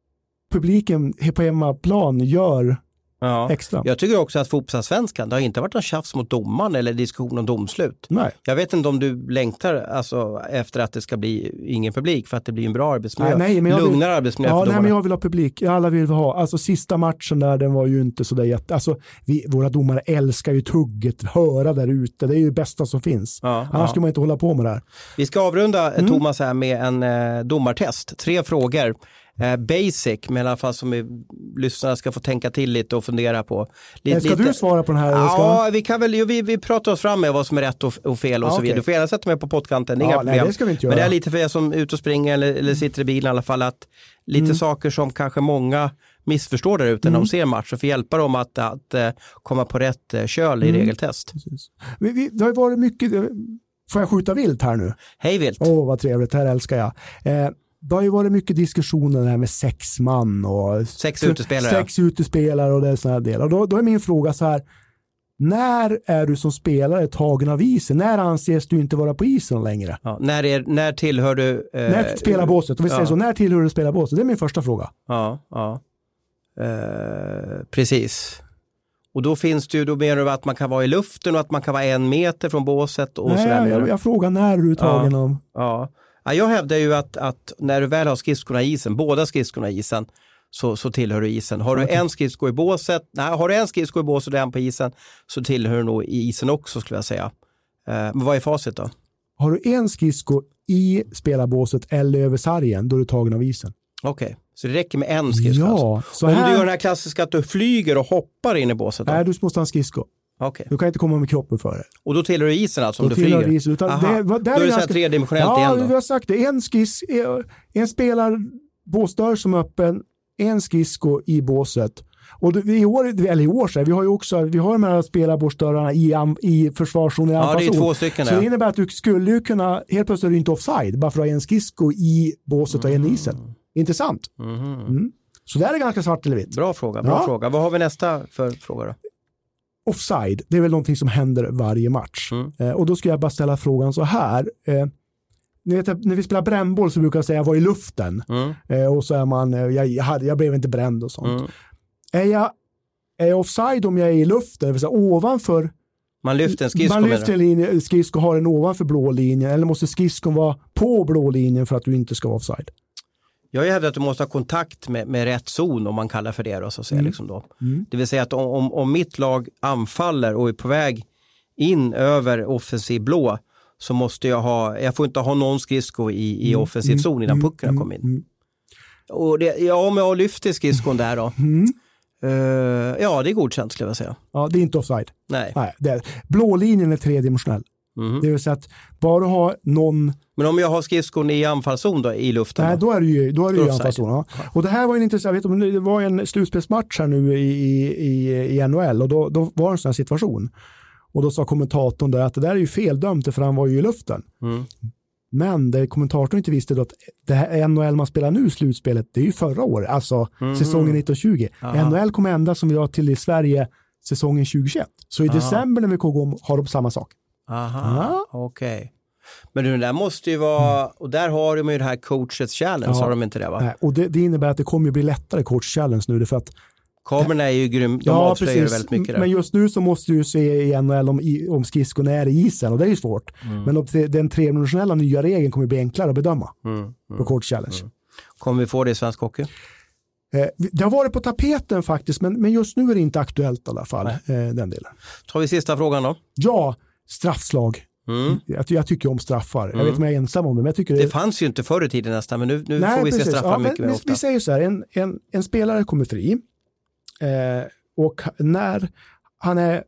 publiken på hemmaplan gör ja. extra. Jag tycker också att fotbollsallsvenskan, det har inte varit någon tjafs mot domaren eller diskussion om domslut. Nej. Jag vet inte om du längtar alltså, efter att det ska bli ingen publik för att det blir en bra arbetsmiljö. Nej, nej, men jag lugnare vill, arbetsmiljö ja, för nej, men jag vill ha publik. Alla vill ha. Alltså sista matchen där, den var ju inte så där jätte... Alltså vi, våra domare älskar ju tugget, höra där ute. Det är ju det bästa som finns. Ja, Annars ja. ska man inte hålla på med det här. Vi ska avrunda mm. Thomas här med en eh, domartest. Tre frågor. Eh, basic, men i alla fall som vi, lyssnarna ska få tänka till lite och fundera på. Lite, ska lite... du svara på den här? Ja, vi kan väl, jo, vi, vi pratar oss fram med vad som är rätt och, och fel och ja, så vidare. okay. Du får gärna sätta mig på pottkanten, det är ja, inga nej, problem. Det ska vi inte göra. Men det är lite för er som är ute och springer eller, eller sitter i bilen i alla fall, att lite mm. saker som kanske många missförstår där ute mm. när de ser match och får hjälpa dem att, att, att komma på rätt köl i mm. regeltest. Vi, vi, det har varit mycket, får jag skjuta vilt här nu? Hej vilt. Åh, oh, vad trevligt, här älskar jag. Eh, Det har ju varit mycket diskussioner här med sex man och sex utespelare. Sex utespelare och det är sådana här delar. Då, då är min fråga så här, när är du som spelare tagen av isen? När anses du inte vara på isen längre? Ja, när, är, när tillhör du... Eh, när spelar båset? Om vi säger ja. så, när tillhör du spela båset? Det är min första fråga. Ja, ja. Eh, precis. Och då finns det ju, då menar du att man kan vara i luften och att man kan vara en meter från båset och Nej, sådär. Jag, jag frågar när är du tagen ja. av... Ja. Ja, jag hävdar ju att, att när du väl har skridskorna i isen, båda skridskorna i isen, så, så tillhör du isen. Har du okay. en skridsko i båset, nej, har du en skridsko i båset och en på isen, så tillhör du nog i isen också skulle jag säga. Eh, men vad är facit då? Har du en skridsko i spelarbåset eller över sargen, då är du tagen av isen. Okej, okay. Så det räcker med en skridsko? Ja. Alltså. Så Om här... du gör den här klassiska att du flyger och hoppar in i båset då? Nej, du måste ha en skridsko. Okay. Du kan inte komma med kroppen för det. Och då tillhör du isen alltså om då du flyger? Isen, utan det, där då är det ganska... så här tredimensionellt ja, igen då? Ja, du har sagt det. En skiss, en spelarbåsdörr som är öppen, en skridsko i båset. Och det, i år, eller i år så, vi har ju också, vi har de här spelarbåsdörrarna i, i försvarszon i ja, det är två stycken. Så det innebär att du skulle ju kunna, helt plötsligt är du inte offside, bara för att ha en skridsko i båset och en mm. isen. Intressant. Mm. Mm. Så det är ganska svart eller vitt. Bra fråga, bra ja. fråga. Vad har vi nästa för fråga då? Offside, det är väl någonting som händer varje match. Mm. Eh, och då ska jag bara ställa frågan så här. Eh, ni vet, när vi spelar brännboll så brukar jag säga jag var i luften. Mm. Eh, och så är man, eh, jag, jag, hade, jag blev inte bränd och sånt. Mm. Är, jag, är jag offside om jag är i luften? Det vill säga ovanför... Man lyfter en skridsko. Man lyfter en linje, skridsko har den ovanför blå linjen. Eller måste skridskon vara på blå linjen för att du inte ska vara offside? Jag hävdar att du måste ha kontakt med, med rätt zon om man kallar för det då, så att säga, Mm. liksom då. Mm. Det vill säga att om, om mitt lag anfaller och är på väg in över offensiv blå så måste jag ha, jag får inte ha någon skridsko i, i Mm. offensiv zon innan Mm. pucken har kommit in. Mm. Och det, ja, om jag lyfter skridskon där då. Mm. Uh, ja, det är godkänt skulle jag säga. Ja, det är inte offside. Nej. Nej, det är. Blå linjen är tredimensionell. Mm. Det vill säga att bara ha någon... Men om jag har skridskon i anfallszon då, i luften? Nej, då är det ju, då är det ju Offside. anfallszon. Ja. Och det här var en intressant, jag vet om det var en slutspelsmatch här nu i, i, i, i N H L och då, då var det en sån här situation. Och då sa kommentatorn där att det där är ju feldömt för han var ju i luften. Mm. Men det kommentatorn inte visste då att det här N H L man spelar nu, slutspelet, det är ju förra året, alltså Mm. säsongen nitton tjugo. Aha. N H L kommer ända som vi har till i Sverige säsongen tjugohundratjugoett. Så i Aha. december när vi kommer igång har de samma sak. Aha, Ja. okej. Okay. Men det där måste ju vara, och där har de ju det här coaches challenge, Ja. har de inte det va? Nej, och det, det innebär att det kommer att bli lättare coach challenge nu, för att Kamerorna är ju grym, de ja, avslöjar precis. väldigt mycket där. Men just nu så måste du se i N H L om, om skridskon är i isen och det är ju svårt. Mm. Men om det, den tredimensionella nya regeln kommer bli enklare att bedöma Mm. Mm. på coach challenge. Mm. Kommer vi få det i svensk hockey? Eh, det har varit på tapeten faktiskt, men, men just nu är det inte aktuellt i alla fall, eh, den delen. Tar vi sista frågan då? Ja, straffslag. Mm. Jag, jag tycker om straffar. Jag Mm. vet inte om jag är ensam om det, men jag tycker det, Det fanns ju inte förr i tiden nästan, men nu, nu Nej, får vi precis. se straffar Ja, mycket men mer vi, ofta. vi säger så här, en, en, en spelare kommer fri eh, och när han är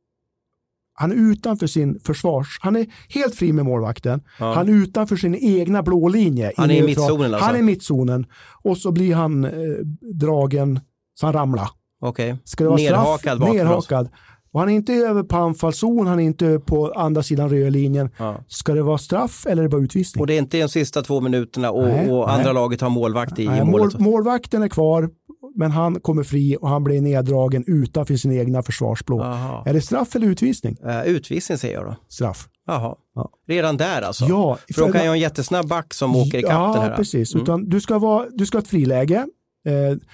han är utanför sin försvars, han är helt fri med målvakten, Ja. han är utanför sin egna blå linje. Han är i inne mittzonen alltså? Han är i mittzonen och så blir han eh, dragen så han ramlar. Okej, Ska det vara nerhakad straff? bakåt. Nerhakad. Och han är inte över på anfallszon, han är inte på andra sidan rödlinjen. Ja. Ska det vara straff eller är det bara utvisning? Och det är inte de sista två minuterna och, Nej, och andra nej. laget har målvakt i, Nej, i mål, målet. målvakten är kvar, men han kommer fri och han blir neddragen utanför sin egna försvarsblå. Aha. Är det straff eller utvisning? Uh, utvisning säger jag då. Straff. Jaha. Ja. Redan där alltså? Ja, För då kan jag ha en jättesnabb back som åker ikapp ja, den här. precis. Mm. Utan du ska vara, du ska ha ett friläge. Eh,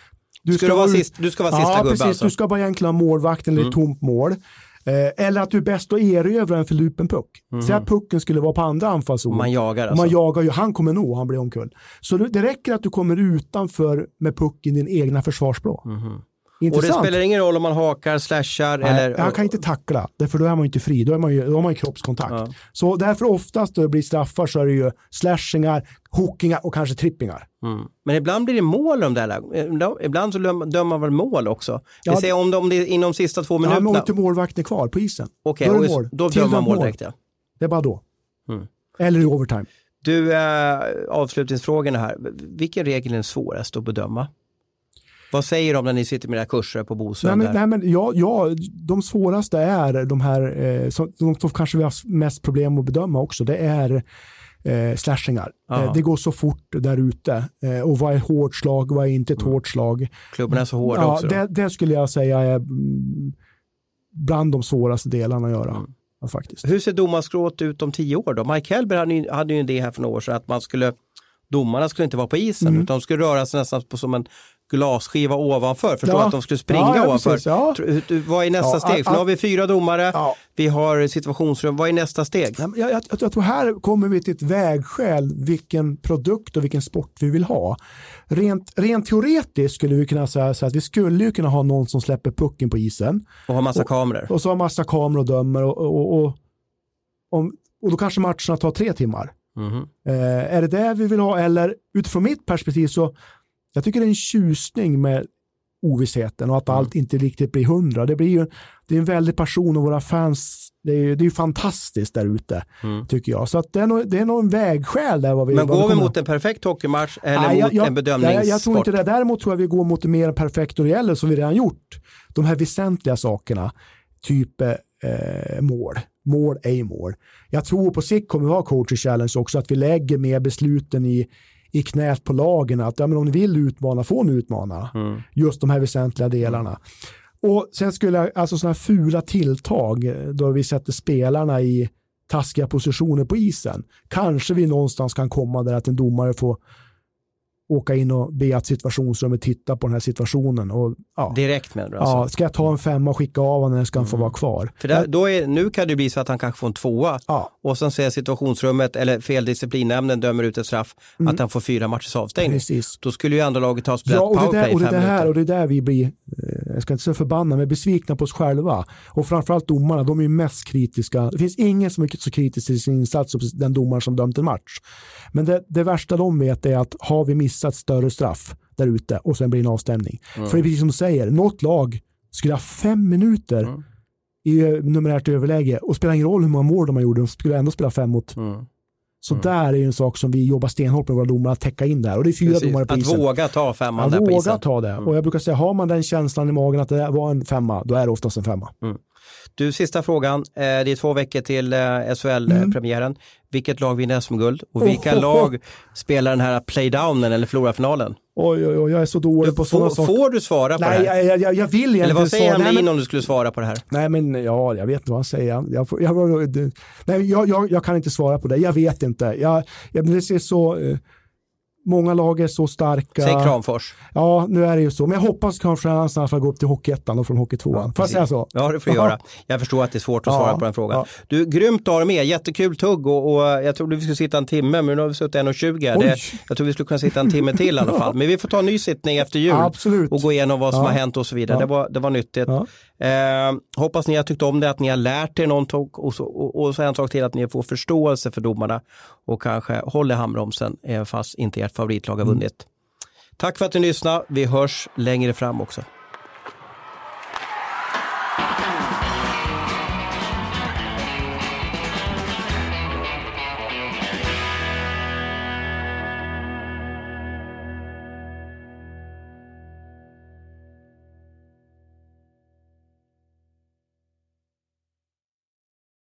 du ska, du vara ut- sist, du ska vara sista ja, gubbe precis. alltså? Du ska bara egentligen ha målvakten eller Mm. ett tomt mål. Eh, eller att du är bäst att erövra en förlupen puck. Mhm. Säg att pucken skulle vara på andra anfallszon. Man jagar Och alltså? man jagar ju, han kommer nå, han blir omkull. Så det räcker att du kommer utanför med pucken i din egna försvarsblå. Mhm. Och Intressant. det spelar ingen roll om man hakar, slashar Nej, eller... han kan inte tackla, därför då är man ju inte fri, då, är man ju, då har man ju kroppskontakt. Ja. Så därför oftast då det blir straffar så är det ju slashingar, hookingar och kanske trippingar. Mm. Men ibland blir det mål om det här. Ibland så döm- dömer man väl mål också. Ja, Det säger om det, om det är inom sista två Ja, men minuterna. om inte målvakten är kvar på isen. Okej, då är det och mål. då Till dömer man dömt mål mål. direkt. Ja. Det är bara då. Mm. Eller i overtime. Du, äh, avslutningsfrågorna här. Vilken regel är den svårast att bedöma? Vad säger de när ni sitter med era kurser på Bosön? Nej, men, nej, men ja, ja, de svåraste är de här, eh, som, de som kanske vi har mest problem att bedöma också, det är eh, slashingar. Aha. Eh, det går så fort där ute. Eh, och vad är hårt slag, vad är inte ett Mm. hårt slag? Klubben är så hård Ja, också. Då. det, det skulle jag säga är mm, bland de svåraste delarna att göra. Mm. Ja, faktiskt. Hur ser domarskråt ut om tio år då? Mike Hellberg hade ju, hade ju en idé här för några år sedan att man skulle, domarna skulle inte vara på isen Mm. utan de skulle röra sig nästan på som en glasskiva ovanför. Förstår Ja. att de skulle springa Ja, ja, ovanför. precis, ja. Tr- hur- Vad är nästa Ja, steg? a- För nu a- har vi fyra domare, Ja. vi har situationsrum. Vad är nästa steg? Ja, men Jag, jag, jag tror här kommer vi till ett vägskäl vilken produkt och vilken sport vi vill ha. Rent, rent teoretiskt skulle vi kunna säga så att vi skulle ju kunna ha någon som släpper pucken på isen Och ha massa Och- kameror. och så har massa kameror och dömer och, och, och, och, och då kanske matcherna tar tre timmar. Mhm. Eh, är det det vi vill ha eller utifrån mitt perspektiv så jag tycker det är en tjusning med ovissheten och att Mm. allt inte riktigt blir hundra. Det blir ju det är en väldig passion och våra fans det är ju det är ju fantastiskt där ute Mm. tycker jag. Så att det är nog, det är nog en vägskäl där vad vi Men vad går vi kommer- mot en perfekt hockeymatch eller Nej, mot jag, jag, en jag, bedömningssport? jag tror inte det. Däremot tror jag vi går mot mer perfekt och reellt som vi redan gjort. De här väsentliga sakerna. Typ eh, mål. Mål, ej mål. Jag tror på sikt kommer vi ha coacher challenge också. Att vi lägger mer besluten i, i knät på lagen. Att ja, men om ni vill utmana, får ni utmana. Mm. Just de här väsentliga delarna. Och sen skulle jag, alltså sådana här fula tilltag eh, då vi sätter spelarna i taskiga positioner på isen. Kanske vi någonstans kan komma där att en domare får åka in och be att situationsrummet titta på den här situationen. Och, ja. Direkt med det alltså. Ja, ska jag ta en femma och skicka av honom eller ska han mm. få vara kvar? För där, då är, nu kan det bli så att han kanske får en tvåa ja. och sen ser situationsrummet eller feldisciplinnämnden dömer ut ett straff mm. att han får fyra matchers avstängning. Precis. Då skulle ju andra laget ha spelat ja, och powerplay det, och det, fem det här, minuter. och det är där vi blir, jag ska inte säga förbanna, men besvikna på oss själva. Och framförallt domarna, de är ju mest kritiska. Det finns ingen som är så kritisk till sin insats som den domaren som dömt en match. Men det, det värsta de vet är att har vi missat större straff där ute och sen blir en avstämning. Mm. För det är precis som du säger, något lag skulle ha fem minuter mm. i numerärt överläge och spelar ingen roll hur många mål de har gjort, de skulle ändå spela fem mot. Mm. Så mm. där är ju en sak som vi jobbar stenhårt med våra domare att täcka in där. Och det är fyra Precis. domare på isen. Att våga ta femman där på isen. Våga ta det. Mm. Och jag brukar säga, har man den känslan i magen att det var en femma, då är det oftast en femma. Mm. Du, sista frågan. Det är två veckor till S H L-premiären. Mm. Vilket lag vinner S M-guld? Och vilka oh, oh, oh. lag spelar den här playdownen eller förlorarfinalen? Oj, oj, oj, jag är så dålig på sådana saker. Får du svara på Nej, det här? Jag, jag, jag vill egentligen Eller vad säger svara. Hamlin om du skulle svara på det här? Nej, men ja, jag vet inte vad han säger. Jag, jag, nej, jag, jag, jag kan inte svara på det. Jag vet inte. Jag, jag, det ser så... Eh, många lag är så starka. Säg Kramfors. Ja, nu är det ju så. Men jag hoppas kanske att han snart får gå upp till Hockeyettan och från Hockeytvåan. Ja, får jag säga så? Ja, det får du göra. Jag förstår att det är svårt att svara ja, på den frågan. Ja. Du, grymt att ha med. Jättekul tugg och, och jag trodde vi skulle sitta en timme, men nu har vi suttit en och tjugo. Det, jag tror vi skulle kunna sitta en timme till i alla fall. Men vi får ta en ny sittning efter jul. Absolut. Och gå igenom vad som ja. har hänt och så vidare. Ja. Det, var, det var nyttigt. Ja. Eh, hoppas ni har tyckt om det, att ni har lärt er någonting och så, och, och så en sak till, att ni får förståelse för domarna och kanske håller handbromsen även fast inte ert favoritlag har vunnit. Mm. Tack för att ni lyssnade. Vi hörs längre fram också.